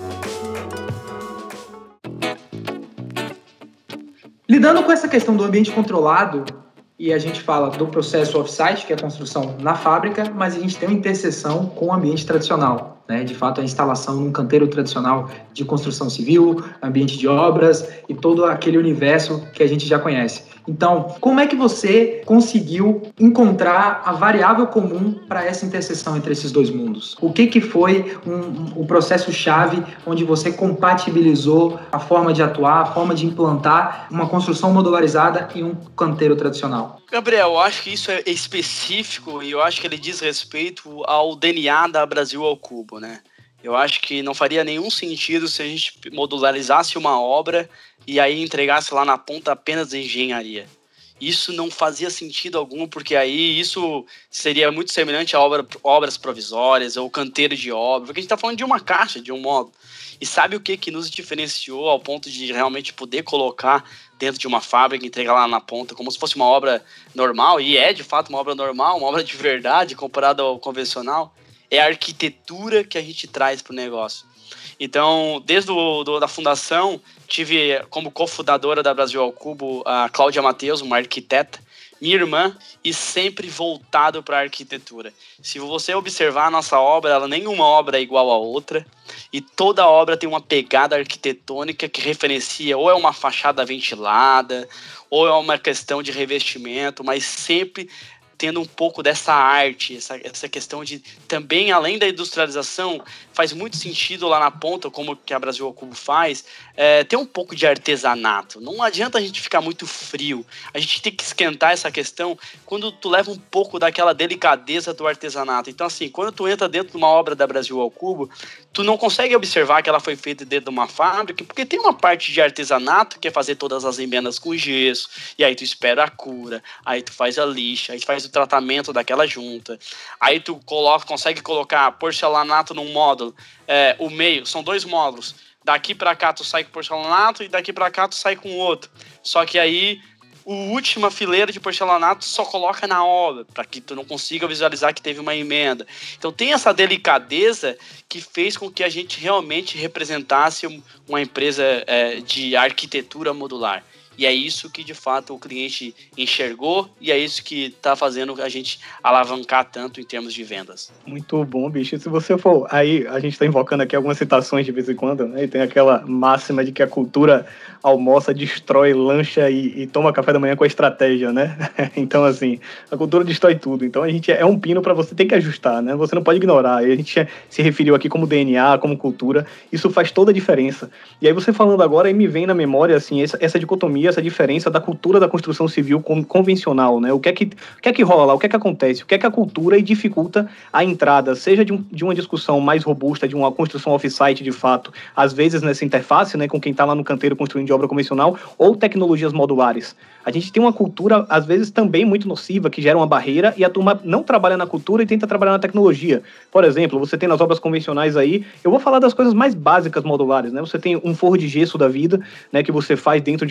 Lidando com essa questão do ambiente controlado, e a gente fala do processo off-site, que é a construção na fábrica, mas a gente tem uma interseção com o ambiente tradicional, né? De fato, a instalação num canteiro tradicional de construção civil, ambiente de obras e todo aquele universo que a gente já conhece. Então, como é que você conseguiu encontrar a variável comum para essa interseção entre esses 2 mundos? O que foi o processo-chave onde você compatibilizou a forma de atuar, a forma de implantar uma construção modularizada em um canteiro tradicional? Gabriel, eu acho que isso é específico e eu acho que ele diz respeito ao DNA da Brasil ao Cubo, né? Eu acho que não faria nenhum sentido se a gente modularizasse uma obra e aí entregasse lá na ponta apenas a engenharia. Isso não fazia sentido algum, porque aí isso seria muito semelhante a obras provisórias ou canteiro de obra, porque a gente está falando de uma caixa, de um módulo. E sabe o que nos diferenciou ao ponto de realmente poder colocar dentro de uma fábrica e entregar lá na ponta, como se fosse uma obra normal, e é de fato uma obra normal, uma obra de verdade comparada ao convencional? É a arquitetura que a gente traz para o negócio. Então, desde da fundação, tive como cofundadora da Brasil ao Cubo a Cláudia Matheus, uma arquiteta, minha irmã, e sempre voltado para a arquitetura. Se você observar a nossa obra, nenhuma obra é igual a outra, e toda obra tem uma pegada arquitetônica que referencia ou é uma fachada ventilada, ou é uma questão de revestimento, mas sempre tendo um pouco dessa arte, essa questão de também, além da industrialização, faz muito sentido lá na ponta, como que a Brasil ao Cubo faz, ter um pouco de artesanato. Não adianta a gente ficar muito frio, a gente tem que esquentar essa questão quando tu leva um pouco daquela delicadeza do artesanato. Então, assim, quando tu entra dentro de uma obra da Brasil ao Cubo, tu não consegue observar que ela foi feita dentro de uma fábrica, porque tem uma parte de artesanato, que é fazer todas as emendas com gesso, e aí tu espera a cura, aí tu faz a lixa, aí tu faz o tratamento daquela junta, aí tu consegue colocar porcelanato num módulo, o meio, são 2 módulos, daqui pra cá tu sai com porcelanato e daqui pra cá tu sai com outro, só que aí a última fileira de porcelanato só coloca na obra, para que tu não consiga visualizar que teve uma emenda. Então tem essa delicadeza que fez com que a gente realmente representasse uma empresa de arquitetura modular. E é isso que, de fato, o cliente enxergou e é isso que está fazendo a gente alavancar tanto em termos de vendas. Muito bom, bicho. Se você for... Aí, a gente está invocando aqui algumas citações de vez em quando, né? E tem aquela máxima de que a cultura almoça, destrói, lancha e toma café da manhã com a estratégia, né? Então, assim, a cultura destrói tudo. Então, a gente é um pino para você ter que ajustar, né? Você não pode ignorar. A gente se referiu aqui como DNA, como cultura. Isso faz toda a diferença. E aí, você falando agora, aí me vem na memória, assim, essa dicotomia, essa diferença da cultura da construção civil convencional, né? O que é que rola lá? O que é que acontece? O que é que a cultura dificulta a entrada, seja de uma discussão mais robusta, de uma construção off-site de fato, às vezes nessa interface, né, com quem está lá no canteiro construindo de obra convencional, ou tecnologias modulares. A gente tem uma cultura, às vezes, também muito nociva, que gera uma barreira, e a turma não trabalha na cultura e tenta trabalhar na tecnologia. Por exemplo, você tem nas obras convencionais aí, eu vou falar das coisas mais básicas modulares, né? Você tem um forro de gesso da vida, né, que você faz dentro de uma obra,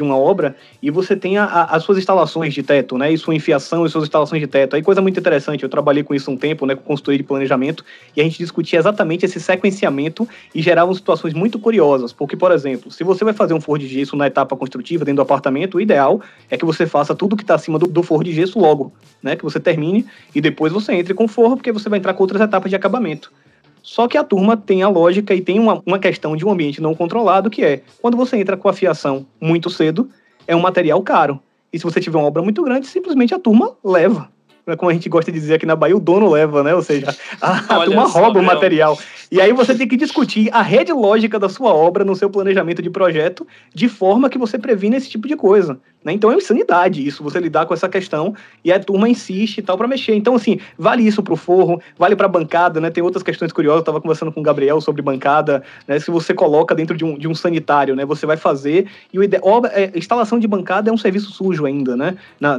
obra e você tem as suas instalações de teto, né? E sua enfiação e suas instalações de teto. Aí coisa muito interessante, eu trabalhei com isso um tempo, né? Com consultoria de planejamento, e a gente discutia exatamente esse sequenciamento e geravam situações muito curiosas. Porque, por exemplo, se você vai fazer um forro de gesso na etapa construtiva dentro do apartamento, o ideal é que você faça tudo que está acima do forro de gesso logo, né? Que você termine e depois você entre com o forro, porque você vai entrar com outras etapas de acabamento. Só que a turma tem a lógica e tem uma questão de um ambiente não controlado, que é, quando você entra com a fiação muito cedo, é um material caro. E se você tiver uma obra muito grande, simplesmente a turma leva. Como a gente gosta de dizer aqui na Bahia, o dono leva, né? Ou seja, a turma rouba o material. E aí você tem que discutir a rede lógica da sua obra no seu planejamento de projeto, de forma que você previna esse tipo de coisa, né? Então é insanidade isso, você lidar com essa questão, e a turma insiste e tal para mexer. Então, assim, vale isso pro forro, vale pra bancada, né? Tem outras questões curiosas, eu tava conversando com o Gabriel sobre bancada, né? Se você coloca dentro de um sanitário, né? Você vai fazer, e instalação de bancada é um serviço sujo ainda, né?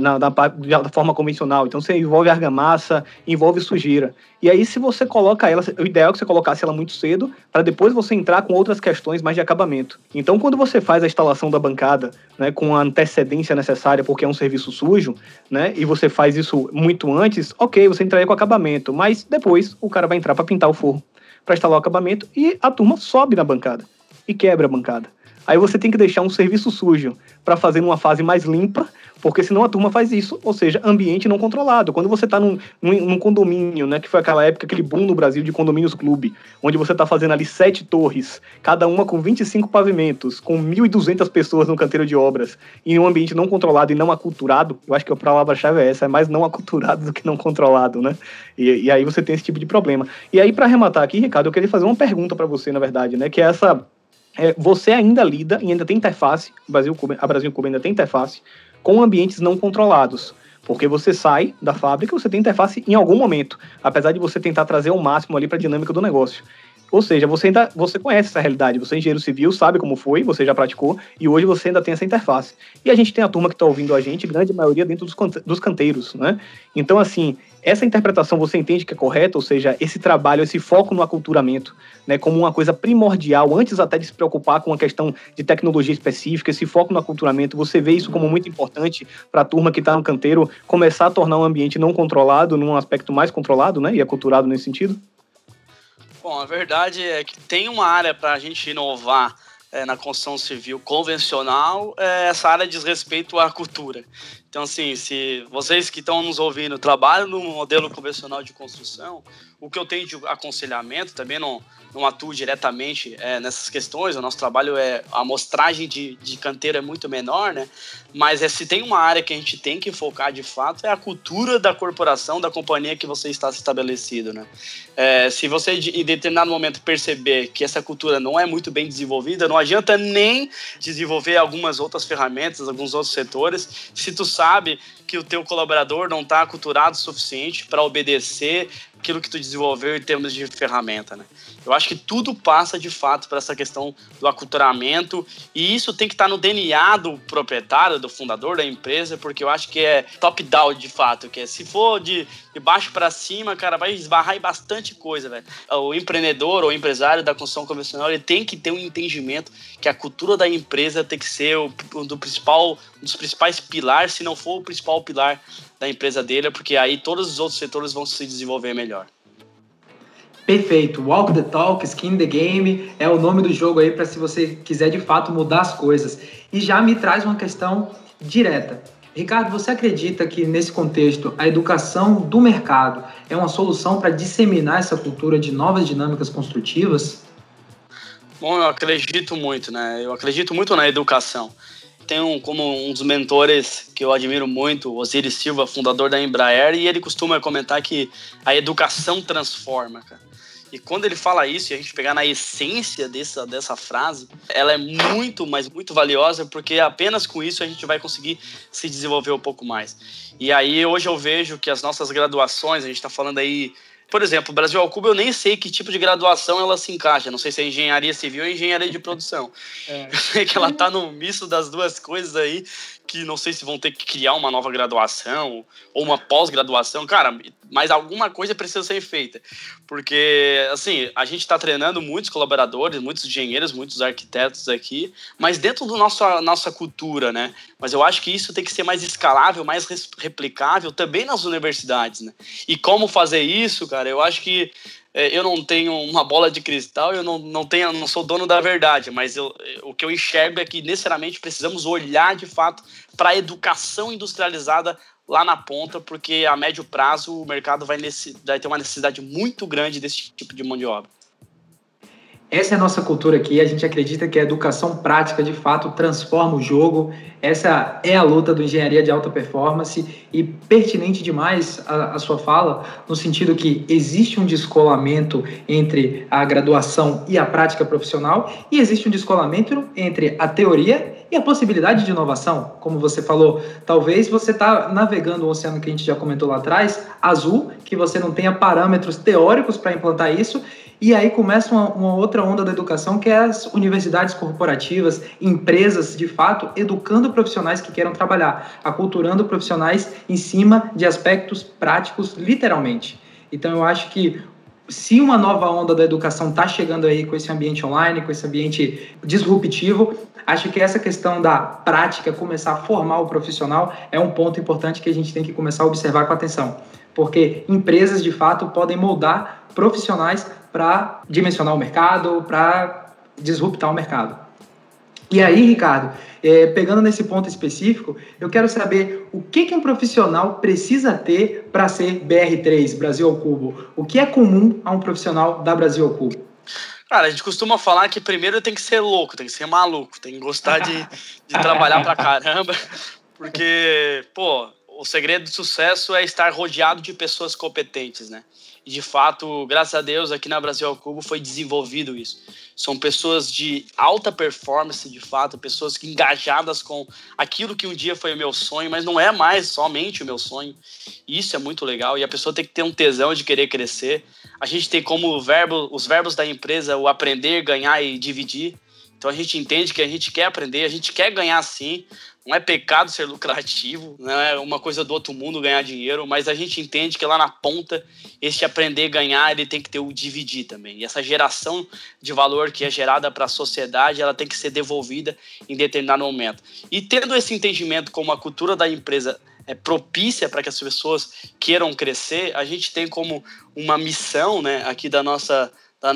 Da forma convencional. Então, você envolve argamassa, envolve sujeira. E aí, se você coloca ela, o ideal é que você colocasse ela muito cedo, para depois você entrar com outras questões mais de acabamento. Então, quando você faz a instalação da bancada, né, com a antecedência necessária, porque é um serviço sujo, né, e você faz isso muito antes, ok, você entraria com acabamento, mas depois o cara vai entrar para pintar o forro, para instalar o acabamento, e a turma sobe na bancada e quebra a bancada. Aí você tem que deixar um serviço sujo para fazer numa fase mais limpa, porque senão a turma faz isso, ou seja, ambiente não controlado. Quando você está num condomínio, né, que foi aquela época, aquele boom no Brasil de condomínios clube, onde você está fazendo ali 7 torres, cada uma com 25 pavimentos, com 1.200 pessoas no canteiro de obras, em um ambiente não controlado e não aculturado, eu acho que a palavra-chave é essa, é mais não aculturado do que não controlado, né? E aí você tem esse tipo de problema. E aí, para arrematar aqui, Ricardo, eu queria fazer uma pergunta para você, na verdade, né, que é essa... você ainda lida e ainda tem interface, a Brasil Cuba ainda tem interface, com ambientes não controlados, porque você sai da fábrica, você tem interface em algum momento, apesar de você tentar trazer o máximo ali para a dinâmica do negócio. Ou seja, você conhece essa realidade, você é engenheiro civil, sabe como foi, você já praticou, e hoje você ainda tem essa interface. E a gente tem a turma que está ouvindo a gente, grande maioria dentro dos canteiros, né? Então, assim, essa interpretação você entende que é correta, ou seja, esse trabalho, esse foco no aculturamento, né, como uma coisa primordial, antes até de se preocupar com uma questão de tecnologia específica, esse foco no aculturamento, você vê isso como muito importante para a turma que está no canteiro começar a tornar um ambiente não controlado num aspecto mais controlado, né, e aculturado nesse sentido? Bom, a verdade é que tem uma área para a gente inovar na construção civil convencional, essa área diz respeito à cultura. Então, assim, se vocês que estão nos ouvindo trabalham no modelo convencional de construção, o que eu tenho de aconselhamento, também não atuo diretamente nessas questões, o nosso trabalho a amostragem de canteiro é muito menor, né? Mas se tem uma área que a gente tem que focar de fato, é a cultura da corporação, da companhia que você está estabelecido, né? Se você em determinado momento perceber que essa cultura não é muito bem desenvolvida, não adianta nem desenvolver algumas outras ferramentas, alguns outros setores, se tu sabe que o teu colaborador não está aculturado o suficiente para obedecer aquilo que tu desenvolveu em termos de ferramenta, né? Eu acho que tudo passa, de fato, para essa questão do aculturamento, e isso tem que estar no DNA do proprietário, do fundador da empresa, porque eu acho que é top-down, de fato, que se for de baixo para cima, cara, vai esbarrar em bastante coisa, velho. O empreendedor ou empresário da construção convencional, ele tem que ter um entendimento que a cultura da empresa tem que ser um dos principais pilares, se não for o principal pilar da empresa dele, porque aí todos os outros setores vão se desenvolver melhor. Perfeito. Walk the talk, skin the game é o nome do jogo aí para se você quiser de fato mudar as coisas. E já me traz uma questão direta. Ricardo, você acredita que nesse contexto a educação do mercado é uma solução para disseminar essa cultura de novas dinâmicas construtivas? Bom, eu acredito muito, né? Eu acredito muito na educação. Tenho como um dos mentores que eu admiro muito, o Osiris Silva, fundador da Embraer, e ele costuma comentar que a educação transforma, cara. E quando ele fala isso, e a gente pegar na essência dessa frase, ela é muito, mas muito valiosa, porque apenas com isso a gente vai conseguir se desenvolver um pouco mais. E aí hoje eu vejo que as nossas graduações, a gente está falando aí, por exemplo, o Brasil ao Cubo, eu nem sei que tipo de graduação ela se encaixa. Não sei se é engenharia civil ou engenharia de produção. Eu sei que ela tá no misto das duas coisas aí, que não sei se vão ter que criar uma nova graduação ou uma pós-graduação, cara, mas alguma coisa precisa ser feita, porque, assim, a gente está treinando muitos colaboradores, muitos engenheiros, muitos arquitetos aqui, mas dentro da nossa cultura, né, mas eu acho que isso tem que ser mais escalável, mais replicável também nas universidades, né, e como fazer isso, cara, eu acho que eu não tenho uma bola de cristal, eu não sou dono da verdade, mas o que eu enxergo é que necessariamente precisamos olhar de fato para a educação industrializada lá na ponta, porque a médio prazo o mercado vai ter uma necessidade muito grande desse tipo de mão de obra. Essa é a nossa cultura aqui, a gente acredita que a educação prática, de fato, transforma o jogo. Essa é a luta do Engenharia de Alta Performance e pertinente demais a sua fala, no sentido que existe um descolamento entre a graduação e a prática profissional e existe um descolamento entre a teoria e a possibilidade de inovação. Como você falou, talvez você está navegando um oceano que a gente já comentou lá atrás, azul, que você não tenha parâmetros teóricos para implantar isso. E aí começa uma outra onda da educação, que é as universidades corporativas, empresas, de fato, educando profissionais que queiram trabalhar, aculturando profissionais em cima de aspectos práticos, literalmente. Então, eu acho que se uma nova onda da educação está chegando aí com esse ambiente online, com esse ambiente disruptivo, acho que essa questão da prática, começar a formar o profissional, é um ponto importante que a gente tem que começar a observar com atenção. Porque empresas, de fato, podem moldar profissionais para dimensionar o mercado, para disruptar o mercado. E aí, Ricardo, pegando nesse ponto específico, eu quero saber o que um profissional precisa ter para ser BR3, Brasil ao Cubo. O que é comum a um profissional da Brasil ao Cubo? Cara, a gente costuma falar que primeiro tem que ser louco, tem que ser maluco, tem que gostar de trabalhar pra caramba, porque, o segredo do sucesso é estar rodeado de pessoas competentes, né? E, de fato, graças a Deus, aqui na Brasil ao Cubo foi desenvolvido isso. São pessoas de alta performance, de fato, pessoas engajadas com aquilo que um dia foi o meu sonho, mas não é mais somente o meu sonho. E isso é muito legal, e a pessoa tem que ter um tesão de querer crescer. A gente tem como os verbos da empresa o aprender, ganhar e dividir. Então a gente entende que a gente quer aprender, a gente quer ganhar sim. Não é pecado ser lucrativo, não é uma coisa do outro mundo ganhar dinheiro, mas a gente entende que lá na ponta, esse aprender a ganhar, ele tem que ter o dividir também. E essa geração de valor que é gerada para a sociedade, ela tem que ser devolvida em determinado momento. E tendo esse entendimento como a cultura da empresa é propícia para que as pessoas queiram crescer, a gente tem como uma missão, né, aqui da nossa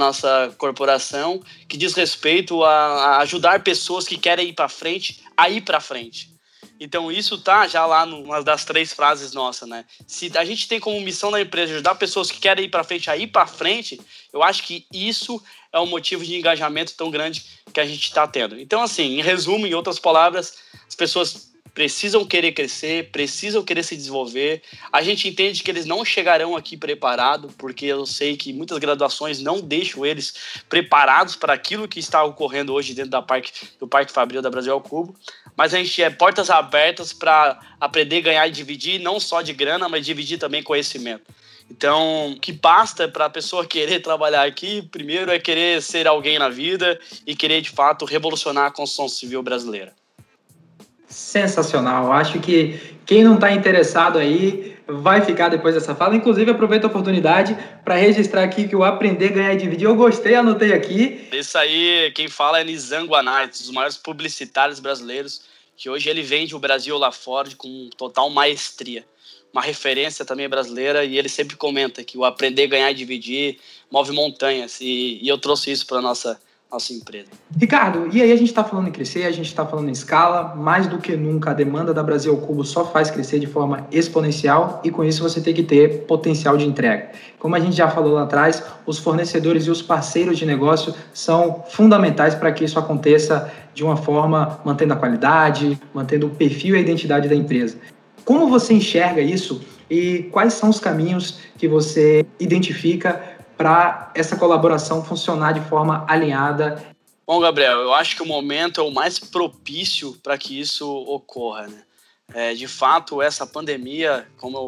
corporação, que diz respeito a ajudar pessoas que querem ir para frente a ir para frente. Então isso tá já lá numa das 3 frases nossas, né? Se a gente tem como missão da empresa ajudar pessoas que querem ir para frente a ir para frente, eu acho que isso é um motivo de engajamento tão grande que a gente está tendo. Então, assim, em resumo, em outras palavras, as pessoas precisam querer crescer, precisam querer se desenvolver. A gente entende que eles não chegarão aqui preparados, porque eu sei que muitas graduações não deixam eles preparados para aquilo que está ocorrendo hoje dentro do Parque Fabril da Brasil ao Cubo. Mas a gente é portas abertas para aprender, ganhar e dividir, não só de grana, mas dividir também conhecimento. Então, o que basta para a pessoa querer trabalhar aqui, primeiro é querer ser alguém na vida e querer, de fato, revolucionar a construção civil brasileira. Sensacional. Acho que quem não está interessado aí vai ficar depois dessa fala. Inclusive, aproveito a oportunidade para registrar aqui que o Aprender, Ganhar e Dividir, eu gostei, anotei aqui. Isso aí, quem fala é Nizam Guanais, um dos maiores publicitários brasileiros, que hoje ele vende o Brasil lá fora com total maestria. Uma referência também brasileira, e ele sempre comenta que o Aprender, Ganhar e Dividir move montanhas, e eu trouxe isso para a nossa empresa. Ricardo, e aí a gente está falando em crescer, a gente está falando em escala, mais do que nunca a demanda da Brasil ao Cubo só faz crescer de forma exponencial e com isso você tem que ter potencial de entrega. Como a gente já falou lá atrás, os fornecedores e os parceiros de negócio são fundamentais para que isso aconteça de uma forma mantendo a qualidade, mantendo o perfil e a identidade da empresa. Como você enxerga isso e quais são os caminhos que você identifica para essa colaboração funcionar de forma alinhada? Bom, Gabriel, eu acho que o momento é o mais propício para que isso ocorra, né? De fato, essa pandemia, como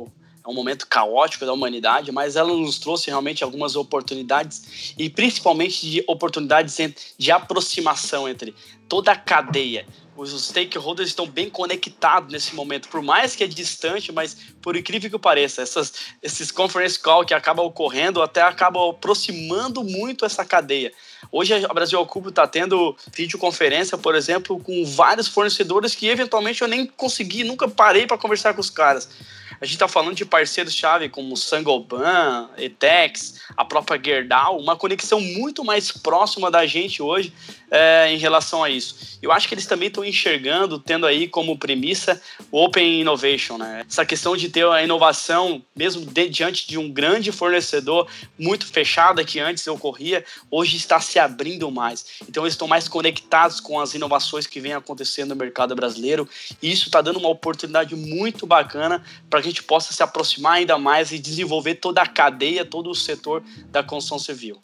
é um momento caótico da humanidade, mas ela nos trouxe realmente algumas oportunidades e principalmente de oportunidades de aproximação entre toda a cadeia. Os stakeholders estão bem conectados nesse momento, por mais que é distante, mas por incrível que pareça, esses conference call que acabam ocorrendo até acabam aproximando muito essa cadeia. Hoje a Brasil ao Cubo está tendo videoconferência, por exemplo, com vários fornecedores que eventualmente eu nem consegui, nunca parei para conversar com os caras. A gente está falando de parceiros-chave como Saint-Gobain, Etex, a própria Gerdau, uma conexão muito mais próxima da gente hoje em relação a isso. Eu acho que eles também estão enxergando, tendo aí como premissa o Open Innovation, né? Essa questão de ter a inovação, mesmo diante de um grande fornecedor muito fechada que antes ocorria, hoje está se abrindo mais. Então eles estão mais conectados com as inovações que vêm acontecendo no mercado brasileiro e isso está dando uma oportunidade muito bacana para que a gente possa se aproximar ainda mais e desenvolver toda a cadeia, todo o setor da construção civil.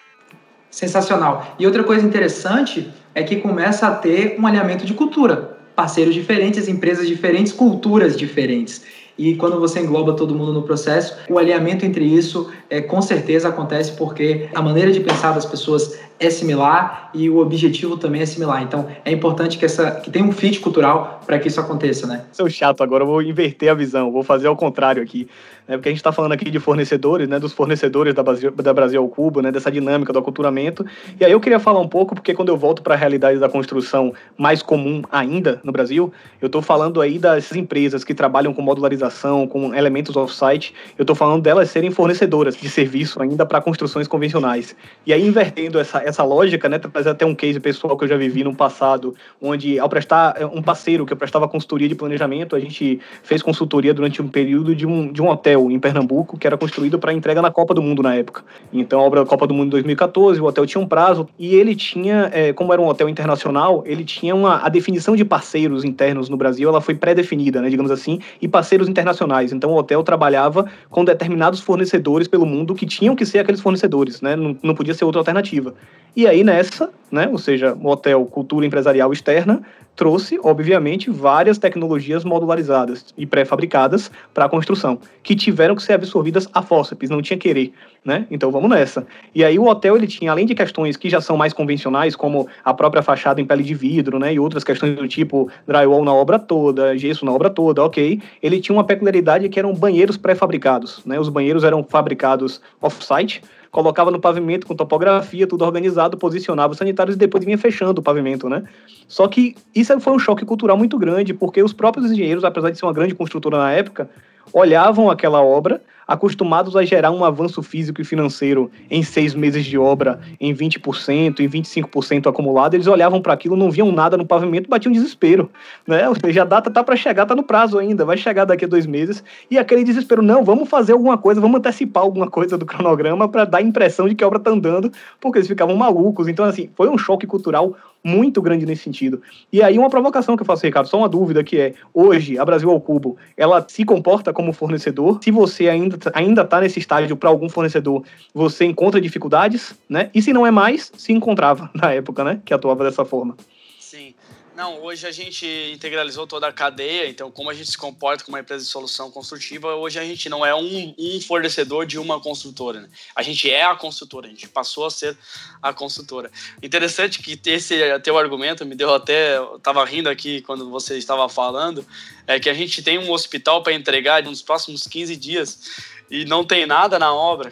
Sensacional. E outra coisa interessante é que começa a ter um alinhamento de cultura. Parceiros diferentes, empresas diferentes, culturas diferentes. E quando você engloba todo mundo no processo, o alinhamento entre isso com certeza acontece porque a maneira de pensar das pessoas é similar e o objetivo também é similar. Então, é importante que tenha um fit cultural para que isso aconteça, né? Sou chato agora, eu vou inverter a visão, vou fazer ao contrário aqui. Porque a gente está falando aqui de fornecedores, né, dos fornecedores da Brasil ao Cubo, né, dessa dinâmica do aculturamento. E aí eu queria falar um pouco, porque quando eu volto para a realidade da construção mais comum ainda no Brasil, eu estou falando aí das empresas que trabalham com modularização, com elementos off-site, eu estou falando delas serem fornecedoras de serviço ainda para construções convencionais. E aí, invertendo essa lógica, né, trazer até um case pessoal que eu já vivi no passado, onde ao prestar um parceiro que eu prestava consultoria de planejamento, a gente fez consultoria durante um período de um hotel em Pernambuco, que era construído para entrega na Copa do Mundo na época. Então, a obra da Copa do Mundo em 2014, o hotel tinha um prazo, e ele tinha, como era um hotel internacional, ele tinha a definição de parceiros internos no Brasil, ela foi pré-definida, né, digamos assim, e parceiros internacionais. Então, o hotel trabalhava com determinados fornecedores pelo mundo que tinham que ser aqueles fornecedores, né, não podia ser outra alternativa. E aí, nessa, né, ou seja, o hotel Cultura Empresarial Externa, trouxe, obviamente, várias tecnologias modularizadas e pré-fabricadas para a construção, que tiveram que ser absorvidas a fórceps, não tinha querer, né? Então vamos nessa. E aí o hotel, ele tinha, além de questões que já são mais convencionais, como a própria fachada em pele de vidro, né, e outras questões do tipo drywall na obra toda, gesso na obra toda, ok, ele tinha uma peculiaridade que eram banheiros pré-fabricados, né? Os banheiros eram fabricados off-site, colocava no pavimento com topografia, tudo organizado, posicionava os sanitários e depois vinha fechando o pavimento, né? Só que isso foi um choque cultural muito grande, porque os próprios engenheiros, apesar de ser uma grande construtora na época, olhavam aquela obra, acostumados a gerar um avanço físico e financeiro em 6 meses de obra, em 20%, em 25% acumulado, eles olhavam para aquilo, não viam nada no pavimento, batiam um desespero, né? Ou seja, a data tá para chegar, tá no prazo ainda, vai chegar daqui a 2 meses, e aquele desespero, não, vamos fazer alguma coisa, vamos antecipar alguma coisa do cronograma para dar a impressão de que a obra tá andando, porque eles ficavam malucos. Então, assim, foi um choque cultural muito grande nesse sentido. E aí uma provocação que eu faço, Ricardo, só uma dúvida, que é, hoje, a Brasil ao Cubo, ela se comporta como fornecedor? Se você ainda está nesse estágio para algum fornecedor, você encontra dificuldades, né? E se não é mais, se encontrava na época, né? Que atuava dessa forma. Sim. Não, hoje a gente integralizou toda a cadeia, então como a gente se comporta como uma empresa de solução construtiva, hoje a gente não é um fornecedor de uma construtora, né? A gente é a construtora, a gente passou a ser a construtora. Interessante que esse teu argumento me deu até, eu estava rindo aqui quando você estava falando, é que a gente tem um hospital para entregar nos próximos 15 dias e não tem nada na obra.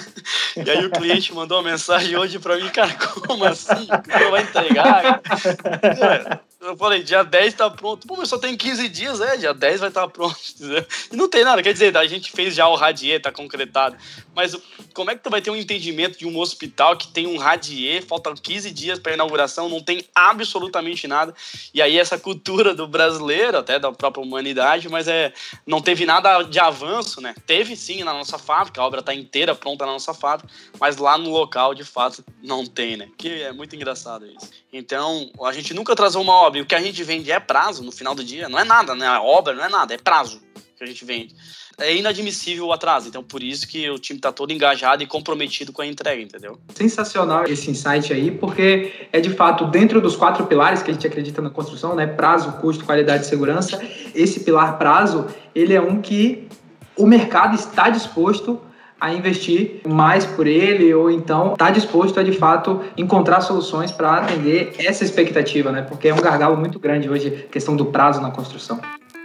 E aí o cliente mandou uma mensagem hoje para mim, cara, como assim? Não vai entregar? Eu falei, dia 10 tá pronto. Pô, mas só tem 15 dias, dia 10 vai estar pronto. E não tem nada, quer dizer, a gente fez já o radier, tá concretado. Mas como é que tu vai ter um entendimento de um hospital que tem um radier, faltam 15 dias para inauguração, não tem absolutamente nada. E aí essa cultura do brasileiro, até da própria humanidade, mas não teve nada de avanço, né? Teve sim na nossa fábrica, a obra tá inteira pronta na nossa fábrica, mas lá no local, de fato, não tem, né? Que é muito engraçado isso. Então, a gente nunca atrasou uma obra, e o que a gente vende é prazo no final do dia, não é nada, né? A obra não é nada, é prazo que a gente vende. É inadmissível o atraso, então por isso que o time tá todo engajado e comprometido com a entrega, entendeu? Sensacional esse insight aí, porque é de fato dentro dos 4 pilares que a gente acredita na construção, né? Prazo, custo, qualidade e segurança. Esse pilar prazo, ele é um que o mercado está disposto a investir mais por ele, ou então está disposto a, de fato, encontrar soluções para atender essa expectativa, né? Porque é um gargalo muito grande hoje a questão do prazo na construção.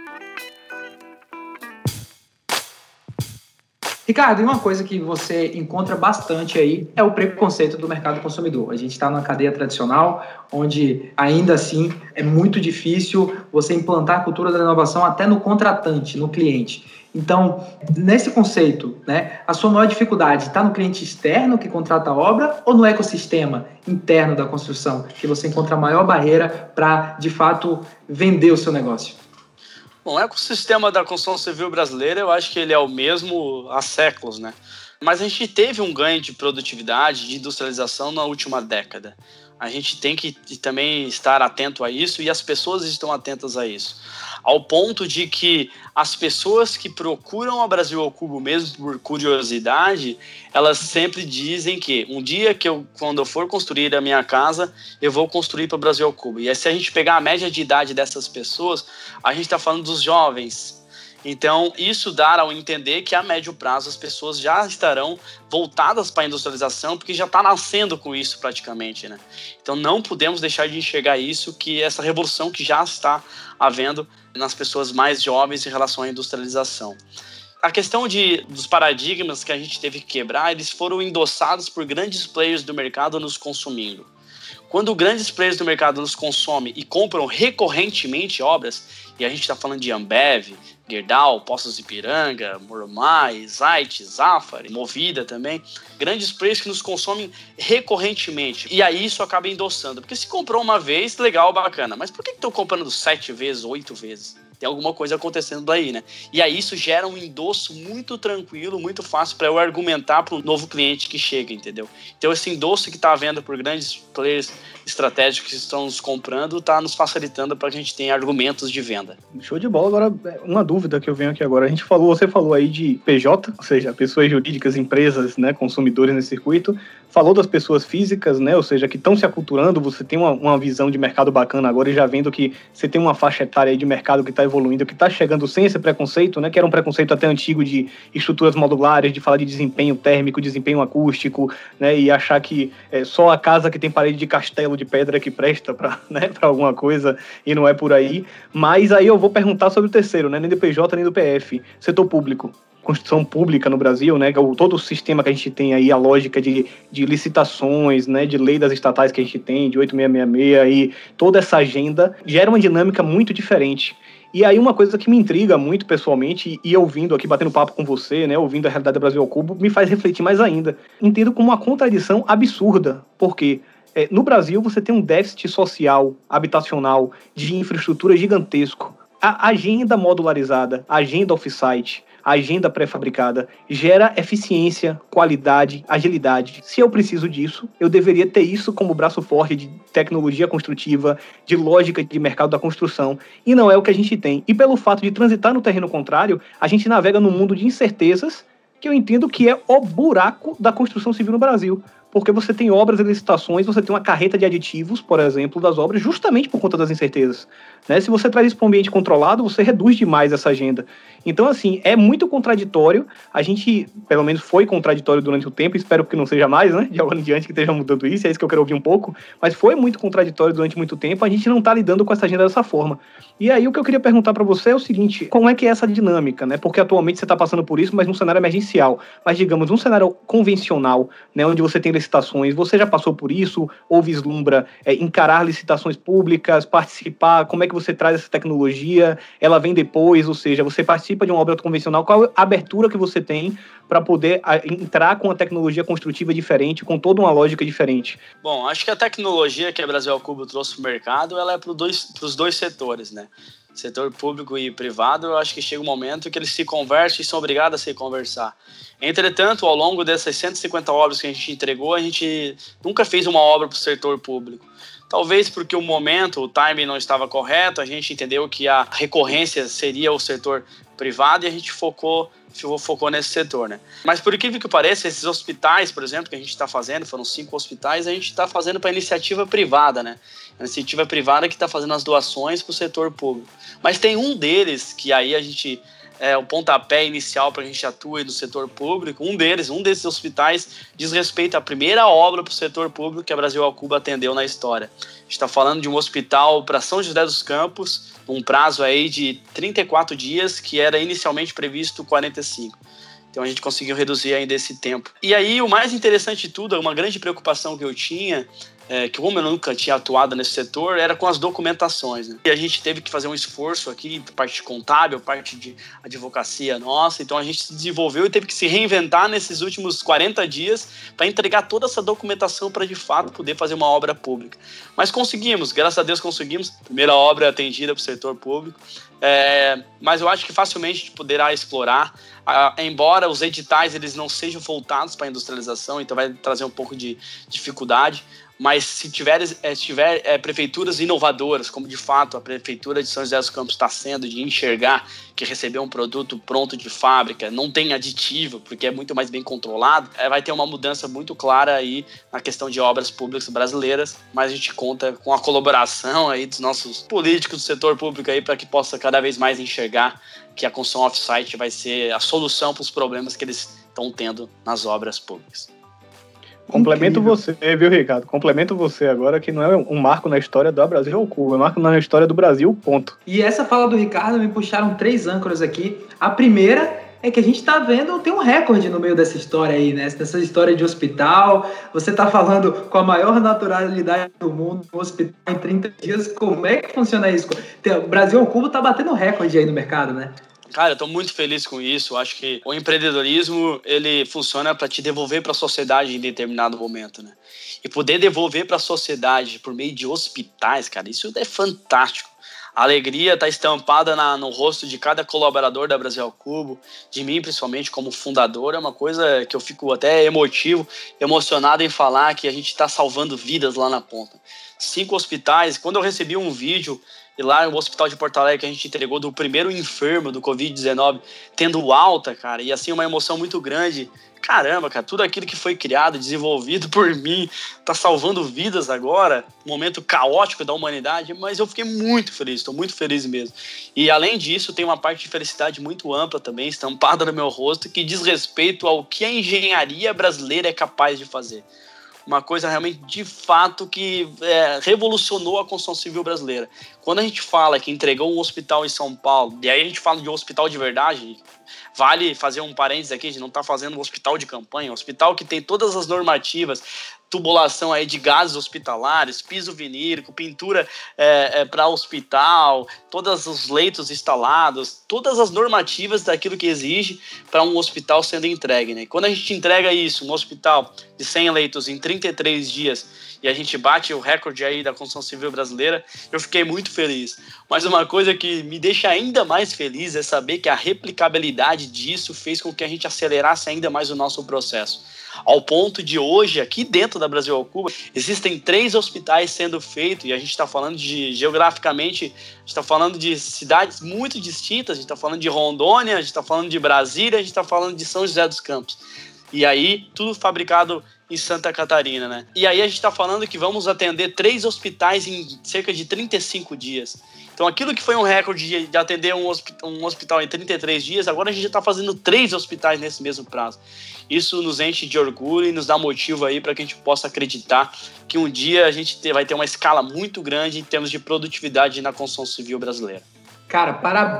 Ricardo, e uma coisa que você encontra bastante aí é o preconceito do mercado consumidor. A gente está numa cadeia tradicional, onde ainda assim é muito difícil você implantar a cultura da inovação até no contratante, no cliente. Então, nesse conceito, né, a sua maior dificuldade está no cliente externo que contrata a obra ou no ecossistema interno da construção, que você encontra a maior barreira para, de fato, vender o seu negócio? Bom, o ecossistema da construção civil brasileira, eu acho que ele é o mesmo há séculos, né? Mas a gente teve um ganho de produtividade, de industrialização na última década. A gente tem que também estar atento a isso e as pessoas estão atentas a isso. Ao ponto de que as pessoas que procuram a Brasil ao Cubo mesmo por curiosidade, elas sempre dizem que um dia quando eu for construir a minha casa, eu vou construir para o Brasil ao Cubo. E aí, se a gente pegar a média de idade dessas pessoas, a gente está falando dos jovens. Então, isso dá ao entender que a médio prazo as pessoas já estarão voltadas para a industrialização, porque já está nascendo com isso praticamente, né? Então, não podemos deixar de enxergar isso, que essa revolução que já está havendo nas pessoas mais jovens em relação à industrialização. A questão dos paradigmas que a gente teve que quebrar, eles foram endossados por grandes players do mercado nos consumindo. Quando grandes players do mercado nos consomem e compram recorrentemente obras, e a gente está falando de Ambev, Gerdau, Poços de Ipiranga, Morumai, Zait, Zafari, Movida também, grandes players que nos consomem recorrentemente. E aí isso acaba endossando. Porque se comprou uma vez, legal, bacana. Mas por que estão comprando 7 vezes, 8 vezes? Tem alguma coisa acontecendo daí, né? E aí isso gera um endosso muito tranquilo, muito fácil para eu argumentar para um novo cliente que chega, entendeu? Então esse endosso que está havendo por grandes players estratégicos que estão nos comprando está nos facilitando para que a gente tenha argumentos de venda. Show de bola. Agora, uma dúvida que eu venho aqui agora. Você falou aí de PJ, ou seja, pessoas jurídicas, empresas, né, consumidores nesse circuito. Falou das pessoas físicas, né, ou seja, que estão se aculturando. Você tem uma visão de mercado bacana agora e já vendo que você tem uma faixa etária aí de mercado que está evoluindo, que está chegando sem esse preconceito, né, que era um preconceito até antigo de estruturas modulares, de falar de desempenho térmico, desempenho acústico, né, e achar que só a casa que tem parede de castelo de pedra que presta para, né, para alguma coisa, e não é por aí. Mas aí eu vou perguntar sobre o terceiro, né, nem do PJ nem do PF, setor público. Construção pública no Brasil, né, todo o sistema que a gente tem aí, a lógica de licitações, né, de lei das estatais que a gente tem, de 8666 e toda essa agenda, gera uma dinâmica muito diferente. E aí uma coisa que me intriga muito pessoalmente, e ouvindo aqui, batendo papo com você, né, ouvindo a realidade do Brasil ao Cubo, me faz refletir mais ainda. Entendo como uma contradição absurda, porque no Brasil você tem um déficit social, habitacional, de infraestrutura gigantesco. A agenda modularizada, a agenda off-site, a agenda pré-fabricada gera eficiência, qualidade, agilidade. Se eu preciso disso, eu deveria ter isso como braço forte de tecnologia construtiva, de lógica de mercado da construção, e não é o que a gente tem. E pelo fato de transitar no terreno contrário, a gente navega num mundo de incertezas que eu entendo que é o buraco da construção civil no Brasil. Porque você tem obras e licitações, você tem uma carreta de aditivos, por exemplo, das obras, justamente por conta das incertezas. Né? Se você traz isso para um ambiente controlado, você reduz demais essa agenda. Então, assim, é muito contraditório. A gente, pelo menos, foi contraditório durante o tempo, espero que não seja mais, né? De agora em diante que esteja mudando isso, é isso que eu quero ouvir um pouco. Mas foi muito contraditório durante muito tempo, a gente não está lidando com essa agenda dessa forma. E aí, o que eu queria perguntar para você é o seguinte, como é que é essa dinâmica, né? Porque atualmente você está passando por isso, mas num cenário emergencial. Mas, digamos, num cenário convencional, né, onde você tem licitações, você já passou por isso? Ou vislumbra encarar licitações públicas, participar? Como é que você traz essa tecnologia? Ela vem depois, ou seja, você participa de uma obra convencional, qual a abertura que você tem para poder entrar com uma tecnologia construtiva diferente, com toda uma lógica diferente? Bom, acho que a tecnologia que a Brasil ao Cubo trouxe para o mercado, ela é para os dois setores, né? Setor público e privado, eu acho que chega um momento que eles se conversam e são obrigados a se conversar. Entretanto, ao longo dessas 150 obras que a gente entregou, a gente nunca fez uma obra para o setor público. Talvez porque o momento, o timing não estava correto, a gente entendeu que a recorrência seria o setor privado e a gente focou nesse setor, né? Mas por incrível que pareça, esses hospitais, por exemplo, que a gente está fazendo, foram 5 hospitais, a gente está fazendo para iniciativa privada, né? A iniciativa privada que está fazendo as doações para o setor público. Mas tem um deles que aí a gente o pontapé inicial para que a gente atue no setor público. Um desses hospitais diz respeito à primeira obra para o setor público que a Brasil ao Cubo atendeu na história. A gente está falando de um hospital para São José dos Campos, um prazo aí de 34 dias, que era inicialmente previsto 45. Então a gente conseguiu reduzir ainda esse tempo. E aí o mais interessante de tudo, uma grande preocupação que eu tinha, que como eu nunca tinha atuado nesse setor, era com as documentações, né? E a gente teve que fazer um esforço aqui, parte contábil, parte de advocacia nossa, então a gente se desenvolveu e teve que se reinventar nesses últimos 40 dias para entregar toda essa documentação para de fato poder fazer uma obra pública. Mas conseguimos, graças a Deus conseguimos, primeira obra atendida para o setor público, mas eu acho que facilmente a gente poderá explorar, embora os editais eles não sejam voltados para a industrialização, então vai trazer um pouco de dificuldade. Mas se tiver prefeituras inovadoras, como de fato a Prefeitura de São José dos Campos está sendo, de enxergar que recebeu um produto pronto de fábrica, não tem aditivo, porque é muito mais bem controlado, vai ter uma mudança muito clara aí na questão de obras públicas brasileiras, mas a gente conta com a colaboração aí dos nossos políticos do setor público aí para que possa cada vez mais enxergar que a construção off-site vai ser a solução para os problemas que eles estão tendo nas obras públicas. Complemento você, viu, Ricardo? Complemento você agora, que não é um marco na história do Brasil ao Cubo, é um marco na história do Brasil, ponto. E essa fala do Ricardo me puxaram 3 âncoras aqui. A primeira é que a gente tá vendo, tem um recorde no meio dessa história aí, né? Dessa história de hospital. Você tá falando com a maior naturalidade do mundo, um hospital em 30 dias. Como é que funciona isso? O Brasil ao Cubo tá batendo recorde aí no mercado, né? Cara, eu tô muito feliz com isso. Eu acho que o empreendedorismo, ele funciona para te devolver para a sociedade em determinado momento, né? E poder devolver para a sociedade por meio de hospitais, cara, isso é fantástico. A alegria tá estampada no rosto de cada colaborador da Brasil ao Cubo, de mim principalmente como fundador. É uma coisa que eu fico até emocionado em falar, que a gente tá salvando vidas lá na ponta. 5 hospitais. Quando eu recebi um vídeo e lá no Hospital de Porto Alegre que a gente entregou do primeiro enfermo do Covid-19 tendo alta, cara, e assim uma emoção muito grande. Caramba, cara, tudo aquilo que foi criado, desenvolvido por mim, tá salvando vidas agora, um momento caótico da humanidade, mas eu fiquei muito feliz, estou muito feliz mesmo. E além disso, tem uma parte de felicidade muito ampla também, estampada no meu rosto, que diz respeito ao que a engenharia brasileira é capaz de fazer. Uma coisa realmente, de fato, que revolucionou a construção civil brasileira. Quando a gente fala que entregou um hospital em São Paulo, e aí a gente fala de um hospital de verdade, vale fazer um parênteses aqui, a gente não está fazendo um hospital de campanha, um hospital que tem todas as normativas, tubulação aí de gases hospitalares, piso vinílico, pintura para hospital, todos os leitos instalados, todas as normativas daquilo que exige para um hospital sendo entregue, né? Quando a gente entrega isso, um hospital de 100 leitos em 33 dias, e a gente bate o recorde aí da construção civil brasileira, eu fiquei muito feliz. Mas uma coisa que me deixa ainda mais feliz é saber que a replicabilidade disso fez com que a gente acelerasse ainda mais o nosso processo. Ao ponto de hoje, aqui dentro da Brasil ao Cubo, existem 3 hospitais sendo feitos, e a gente está falando geograficamente, a gente está falando de cidades muito distintas, a gente está falando de Rondônia, a gente está falando de Brasília, a gente está falando de São José dos Campos. E aí, tudo fabricado em Santa Catarina, né? E aí a gente está falando que vamos atender 3 hospitais em cerca de 35 dias. Então aquilo que foi um recorde de atender um hospital em 33 dias, agora a gente já está fazendo 3 hospitais nesse mesmo prazo. Isso nos enche de orgulho e nos dá motivo aí para que a gente possa acreditar que um dia a gente vai ter uma escala muito grande em termos de produtividade na construção civil brasileira. Cara,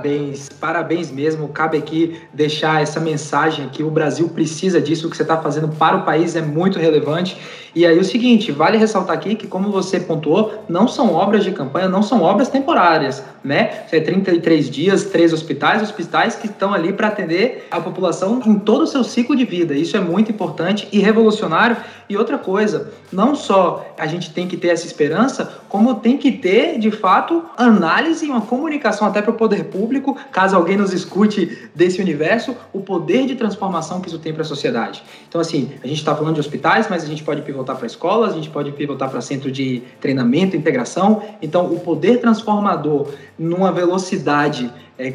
parabéns mesmo. Cabe aqui deixar essa mensagem que o Brasil precisa disso, o que você está fazendo para o país é muito relevante. E aí o seguinte, vale ressaltar aqui que, como você pontuou, não são obras de campanha, não são obras temporárias, né? 33 dias, 3 hospitais que estão ali para atender a população em todo o seu ciclo de vida. Isso é muito importante e revolucionário. E outra coisa, não só a gente tem que ter essa esperança, como tem que ter, de fato, análise e uma comunicação até para o poder público, caso alguém nos escute desse universo, o poder de transformação que isso tem para a sociedade. Então, assim, a gente está falando de hospitais, mas a gente pode pivotar para escolas, a gente pode pivotar para centro de treinamento, integração. Então, o poder transformador numa velocidade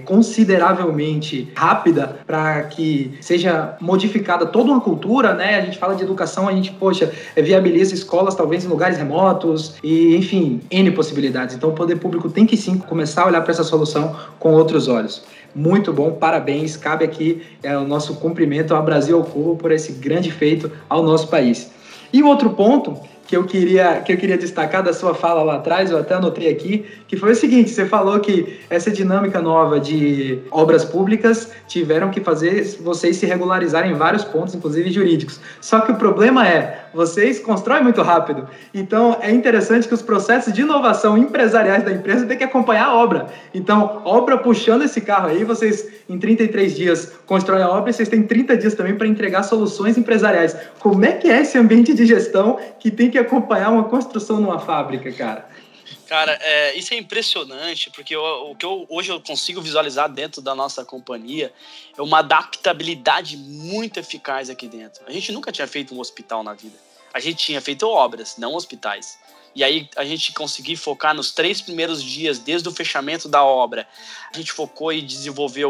consideravelmente rápida para que seja modificada toda uma cultura, né? A gente fala de educação, a gente, viabiliza escolas talvez em lugares remotos e, enfim, N possibilidades. Então, o poder público tem que sim começar a olhar para essa solução com outros olhos. muito bom, parabéns, cabe aqui o nosso cumprimento ao Brasil ao Cubo por esse grande feito ao nosso país. E um outro ponto que eu queria destacar da sua fala lá atrás, eu até anotei aqui, que foi o seguinte: você falou que essa dinâmica nova de obras públicas tiveram que fazer vocês se regularizarem em vários pontos, inclusive jurídicos. Só que o problema vocês constroem muito rápido. Então, é interessante que os processos de inovação empresariais da empresa têm que acompanhar a obra. Então, obra puxando esse carro aí, vocês em 33 dias constroem a obra e vocês têm 30 dias também para entregar soluções empresariais. Como é que é esse ambiente de gestão que tem que acompanhar uma construção numa fábrica, cara? Cara, isso é impressionante, porque o que hoje eu consigo visualizar dentro da nossa companhia é uma adaptabilidade muito eficaz aqui dentro. A gente nunca tinha feito um hospital na vida. A gente tinha feito obras, não hospitais. E aí a gente conseguiu focar nos 3 primeiros dias, desde o fechamento da obra. A gente focou e desenvolveu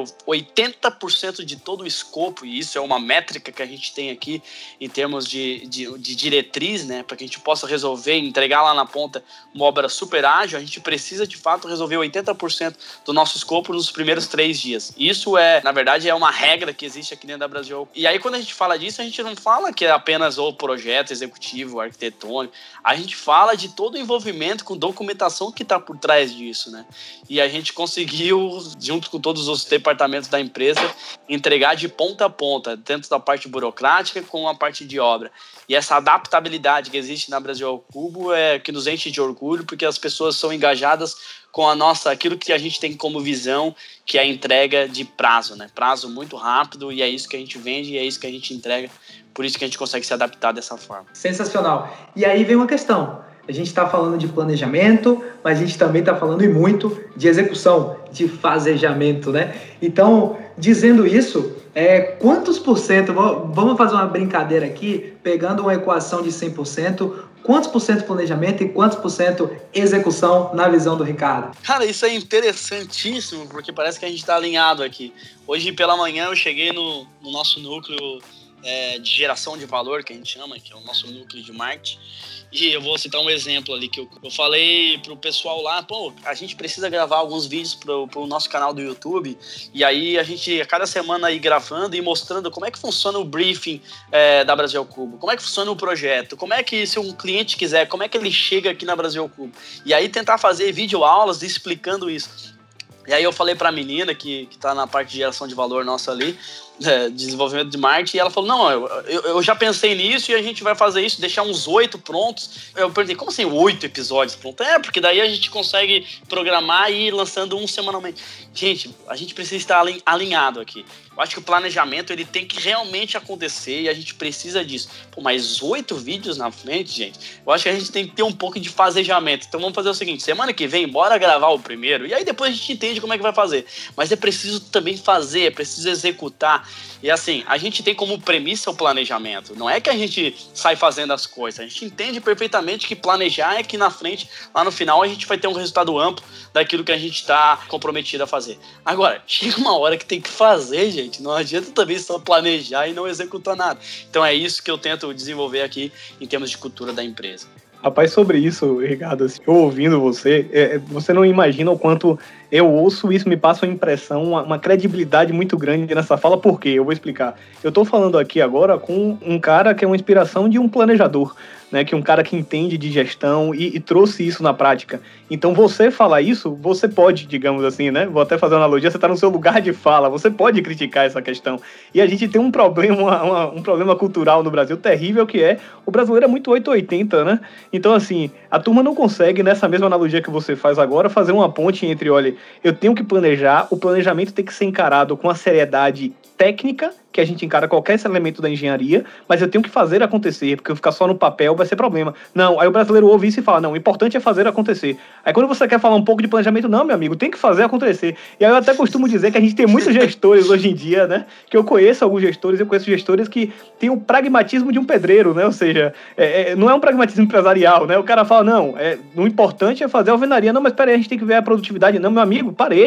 80% de todo o escopo, e isso é uma métrica que a gente tem aqui em termos de diretriz, né? Para que a gente possa resolver, entregar lá na ponta uma obra super ágil, a gente precisa de fato resolver 80% do nosso escopo nos primeiros 3 dias. Isso na verdade, é uma regra que existe aqui dentro da Brasil. E aí quando a gente fala disso, a gente não fala que é apenas o projeto executivo, arquitetônico, a gente fala de todo o envolvimento com documentação que está por trás disso, né? E a gente conseguiu, junto com todos os departamentos da empresa, entregar de ponta a ponta, tanto da parte burocrática como a parte de obra. E essa adaptabilidade que existe na Brasil ao Cubo é que nos enche de orgulho, porque as pessoas são engajadas com aquilo que a gente tem como visão, que é a entrega de prazo, né? Prazo muito rápido, e é isso que a gente vende e é isso que a gente entrega. Por isso que a gente consegue se adaptar dessa forma. Sensacional. E aí vem uma questão. A gente está falando de planejamento, mas a gente também está falando e muito de execução, de fazejamento, né? Então, dizendo isso, quantos por cento, vamos fazer uma brincadeira aqui, pegando uma equação de 100%, quantos por cento planejamento e quantos por cento execução na visão do Ricardo? Cara, isso é interessantíssimo, porque parece que a gente está alinhado aqui. Hoje pela manhã eu cheguei no nosso núcleo de geração de valor, que a gente chama, que é o nosso núcleo de marketing. E eu vou citar um exemplo ali que eu falei pro pessoal lá, a gente precisa gravar alguns vídeos pro nosso canal do YouTube, e aí a gente, a cada semana, ir gravando e mostrando como é que funciona o briefing da Brasil ao Cubo, como é que funciona o projeto, como é que, se um cliente quiser, como é que ele chega aqui na Brasil ao Cubo. E aí tentar fazer videoaulas explicando isso. E aí eu falei pra menina que tá na parte de geração de valor nossa ali, desenvolvimento de marketing, e ela falou, não, eu já pensei nisso e a gente vai fazer isso, deixar uns 8 prontos. Eu perguntei, como assim 8 episódios prontos? Porque daí a gente consegue programar e ir lançando um semanalmente. Gente, a gente precisa estar alinhado aqui. Eu acho que o planejamento ele tem que realmente acontecer e a gente precisa disso. Mas 8 vídeos na frente, gente, eu acho que a gente tem que ter um pouco de fazejamento. Então vamos fazer o seguinte, semana que vem, bora gravar o primeiro, e aí depois a gente entende como é que vai fazer. Mas é preciso também fazer, é preciso executar. E assim, a gente tem como premissa o planejamento. Não é que a gente sai fazendo as coisas. A gente entende perfeitamente que planejar é que na frente, lá no final, a gente vai ter um resultado amplo daquilo que a gente está comprometido a fazer. Agora, chega uma hora que tem que fazer, gente. Não adianta também só planejar e não executar nada. Então é isso que eu tento desenvolver aqui em termos de cultura da empresa. Rapaz, sobre isso, Ricardo, assim, eu ouvindo você, você não imagina o quanto eu ouço isso, me passa uma impressão, uma credibilidade muito grande nessa fala. Por quê? Eu vou explicar. Eu estou falando aqui agora com um cara que é uma inspiração de um planejador, né, que é um cara que entende de gestão e trouxe isso na prática. Então, você falar isso, você pode, digamos assim, né? Vou até fazer uma analogia, você está no seu lugar de fala, você pode criticar essa questão. E a gente tem um problema, um problema cultural no Brasil terrível, que é o brasileiro é muito 880, né? Então, assim, a turma não consegue, nessa mesma analogia que você faz agora, fazer uma ponte entre, olha, eu tenho que planejar, o planejamento tem que ser encarado com a seriedade técnica que a gente encara qualquer elemento da engenharia, mas eu tenho que fazer acontecer, porque eu ficar só no papel vai ser problema. Não, aí o brasileiro ouve isso e fala, não, o importante é fazer acontecer. Aí quando você quer falar um pouco de planejamento, não, meu amigo, tem que fazer acontecer. E aí eu até costumo dizer que a gente tem muitos gestores hoje em dia, né, que eu conheço alguns gestores, eu conheço gestores que têm o pragmatismo de um pedreiro, né, ou seja, não é um pragmatismo empresarial, né, o cara fala, não, o importante é fazer a alvenaria, não, mas peraí, a gente tem que ver a produtividade, não, meu amigo, parede.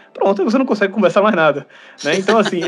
pronto, você não consegue conversar mais nada, né? Então, assim,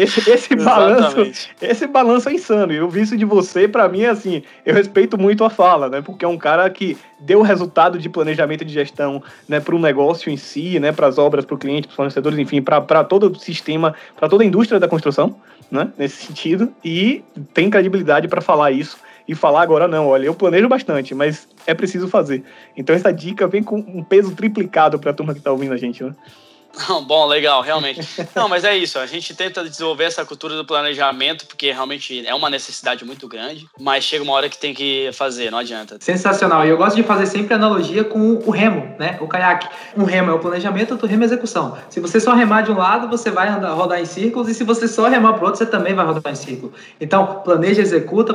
esse balanço é insano. Eu vi isso de você, pra mim, assim, eu respeito muito a fala, né? Porque é um cara que deu resultado de planejamento de gestão, né, para o negócio em si, né, para as obras, para o cliente, para os fornecedores, enfim, para todo o sistema, para toda a indústria da construção, né, nesse sentido, e tem credibilidade para falar isso. E falar agora não, olha, eu planejo bastante, mas é preciso fazer. Então essa dica vem com um peso triplicado para a turma que está ouvindo a gente, né? Bom, legal, realmente. Não, mas é isso, a gente tenta desenvolver essa cultura do planejamento, porque realmente é uma necessidade muito grande, mas chega uma hora que tem que fazer, não adianta. Sensacional, e eu gosto de fazer sempre analogia com o remo, né, o caiaque. Um remo é o planejamento, outro remo é a execução. Se você só remar de um lado, você vai rodar em círculos, e se você só remar pro outro, você também vai rodar em círculo. Então, planeja, executa,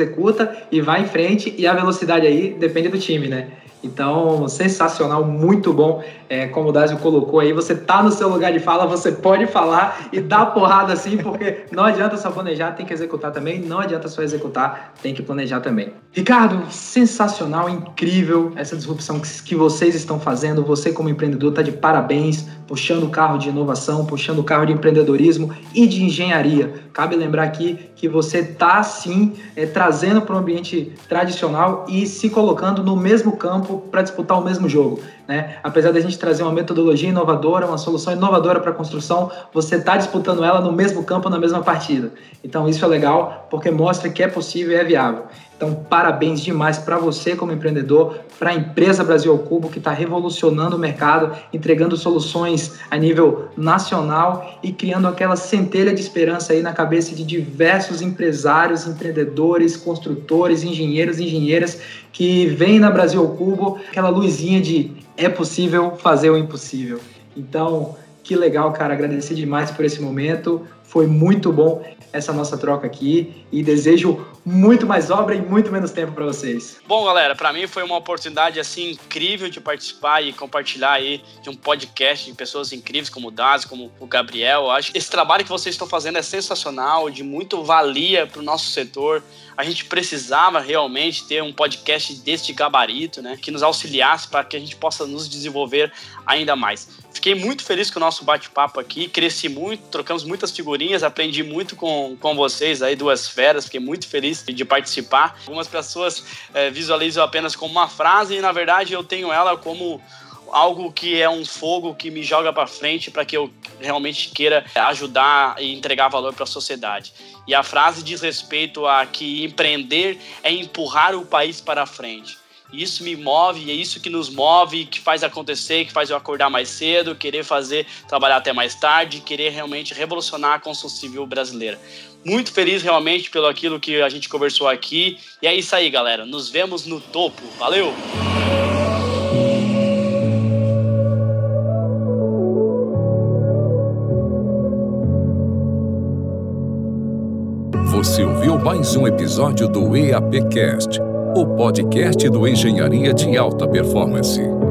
e vai em frente, e a velocidade aí depende do time, né? Então, sensacional, muito bom. Como o Dásio colocou aí, você tá no seu lugar de fala, você pode falar e dar porrada assim, porque não adianta só planejar, tem que executar também. Não adianta só executar, tem que planejar também. Ricardo, sensacional, incrível essa disrupção que vocês estão fazendo. Você como empreendedor tá de parabéns, puxando o carro de inovação, puxando o carro de empreendedorismo e de engenharia. Cabe lembrar aqui que você está, sim, trazendo para o ambiente tradicional e se colocando no mesmo campo para disputar o mesmo jogo, né? Apesar da gente trazer uma metodologia inovadora, uma solução inovadora para a construção, você está disputando ela no mesmo campo, na mesma partida. Então isso é legal, porque mostra que é possível e é viável. Então, parabéns demais para você como empreendedor, para a empresa Brasil ao Cubo, que está revolucionando o mercado, entregando soluções a nível nacional e criando aquela centelha de esperança aí na cabeça de diversos empresários, empreendedores, construtores, engenheiros e engenheiras que veem na Brasil ao Cubo aquela luzinha de é possível fazer o impossível. Então, que legal, cara, agradecer demais por esse momento. Foi muito bom essa nossa troca aqui e desejo muito mais obra e muito menos tempo para vocês. Bom, galera, para mim foi uma oportunidade assim incrível de participar e compartilhar aí de um podcast de pessoas incríveis como o Dásio, como o Gabriel. Eu acho que esse trabalho que vocês estão fazendo é sensacional, de muito valia para o nosso setor. A gente precisava realmente ter um podcast deste gabarito, né, que nos auxiliasse para que a gente possa nos desenvolver ainda mais. Fiquei muito feliz com o nosso bate-papo aqui, cresci muito, trocamos muitas figurinhas, aprendi muito com vocês aí, duas feras, fiquei muito feliz de participar. Algumas pessoas visualizam apenas como uma frase e, na verdade, eu tenho ela como algo que é um fogo que me joga para frente para que eu realmente queira ajudar e entregar valor para a sociedade. E a frase diz respeito a que empreender é empurrar o país para frente. Isso me move, é isso que nos move, que faz acontecer, que faz eu acordar mais cedo, querer trabalhar até mais tarde, querer realmente revolucionar a construção civil brasileira. Muito feliz realmente pelo aquilo que a gente conversou aqui. E é isso aí, galera. Nos vemos no topo. Valeu! Você ouviu mais um episódio do EAPcast, o podcast do Engenharia de Alta Performance.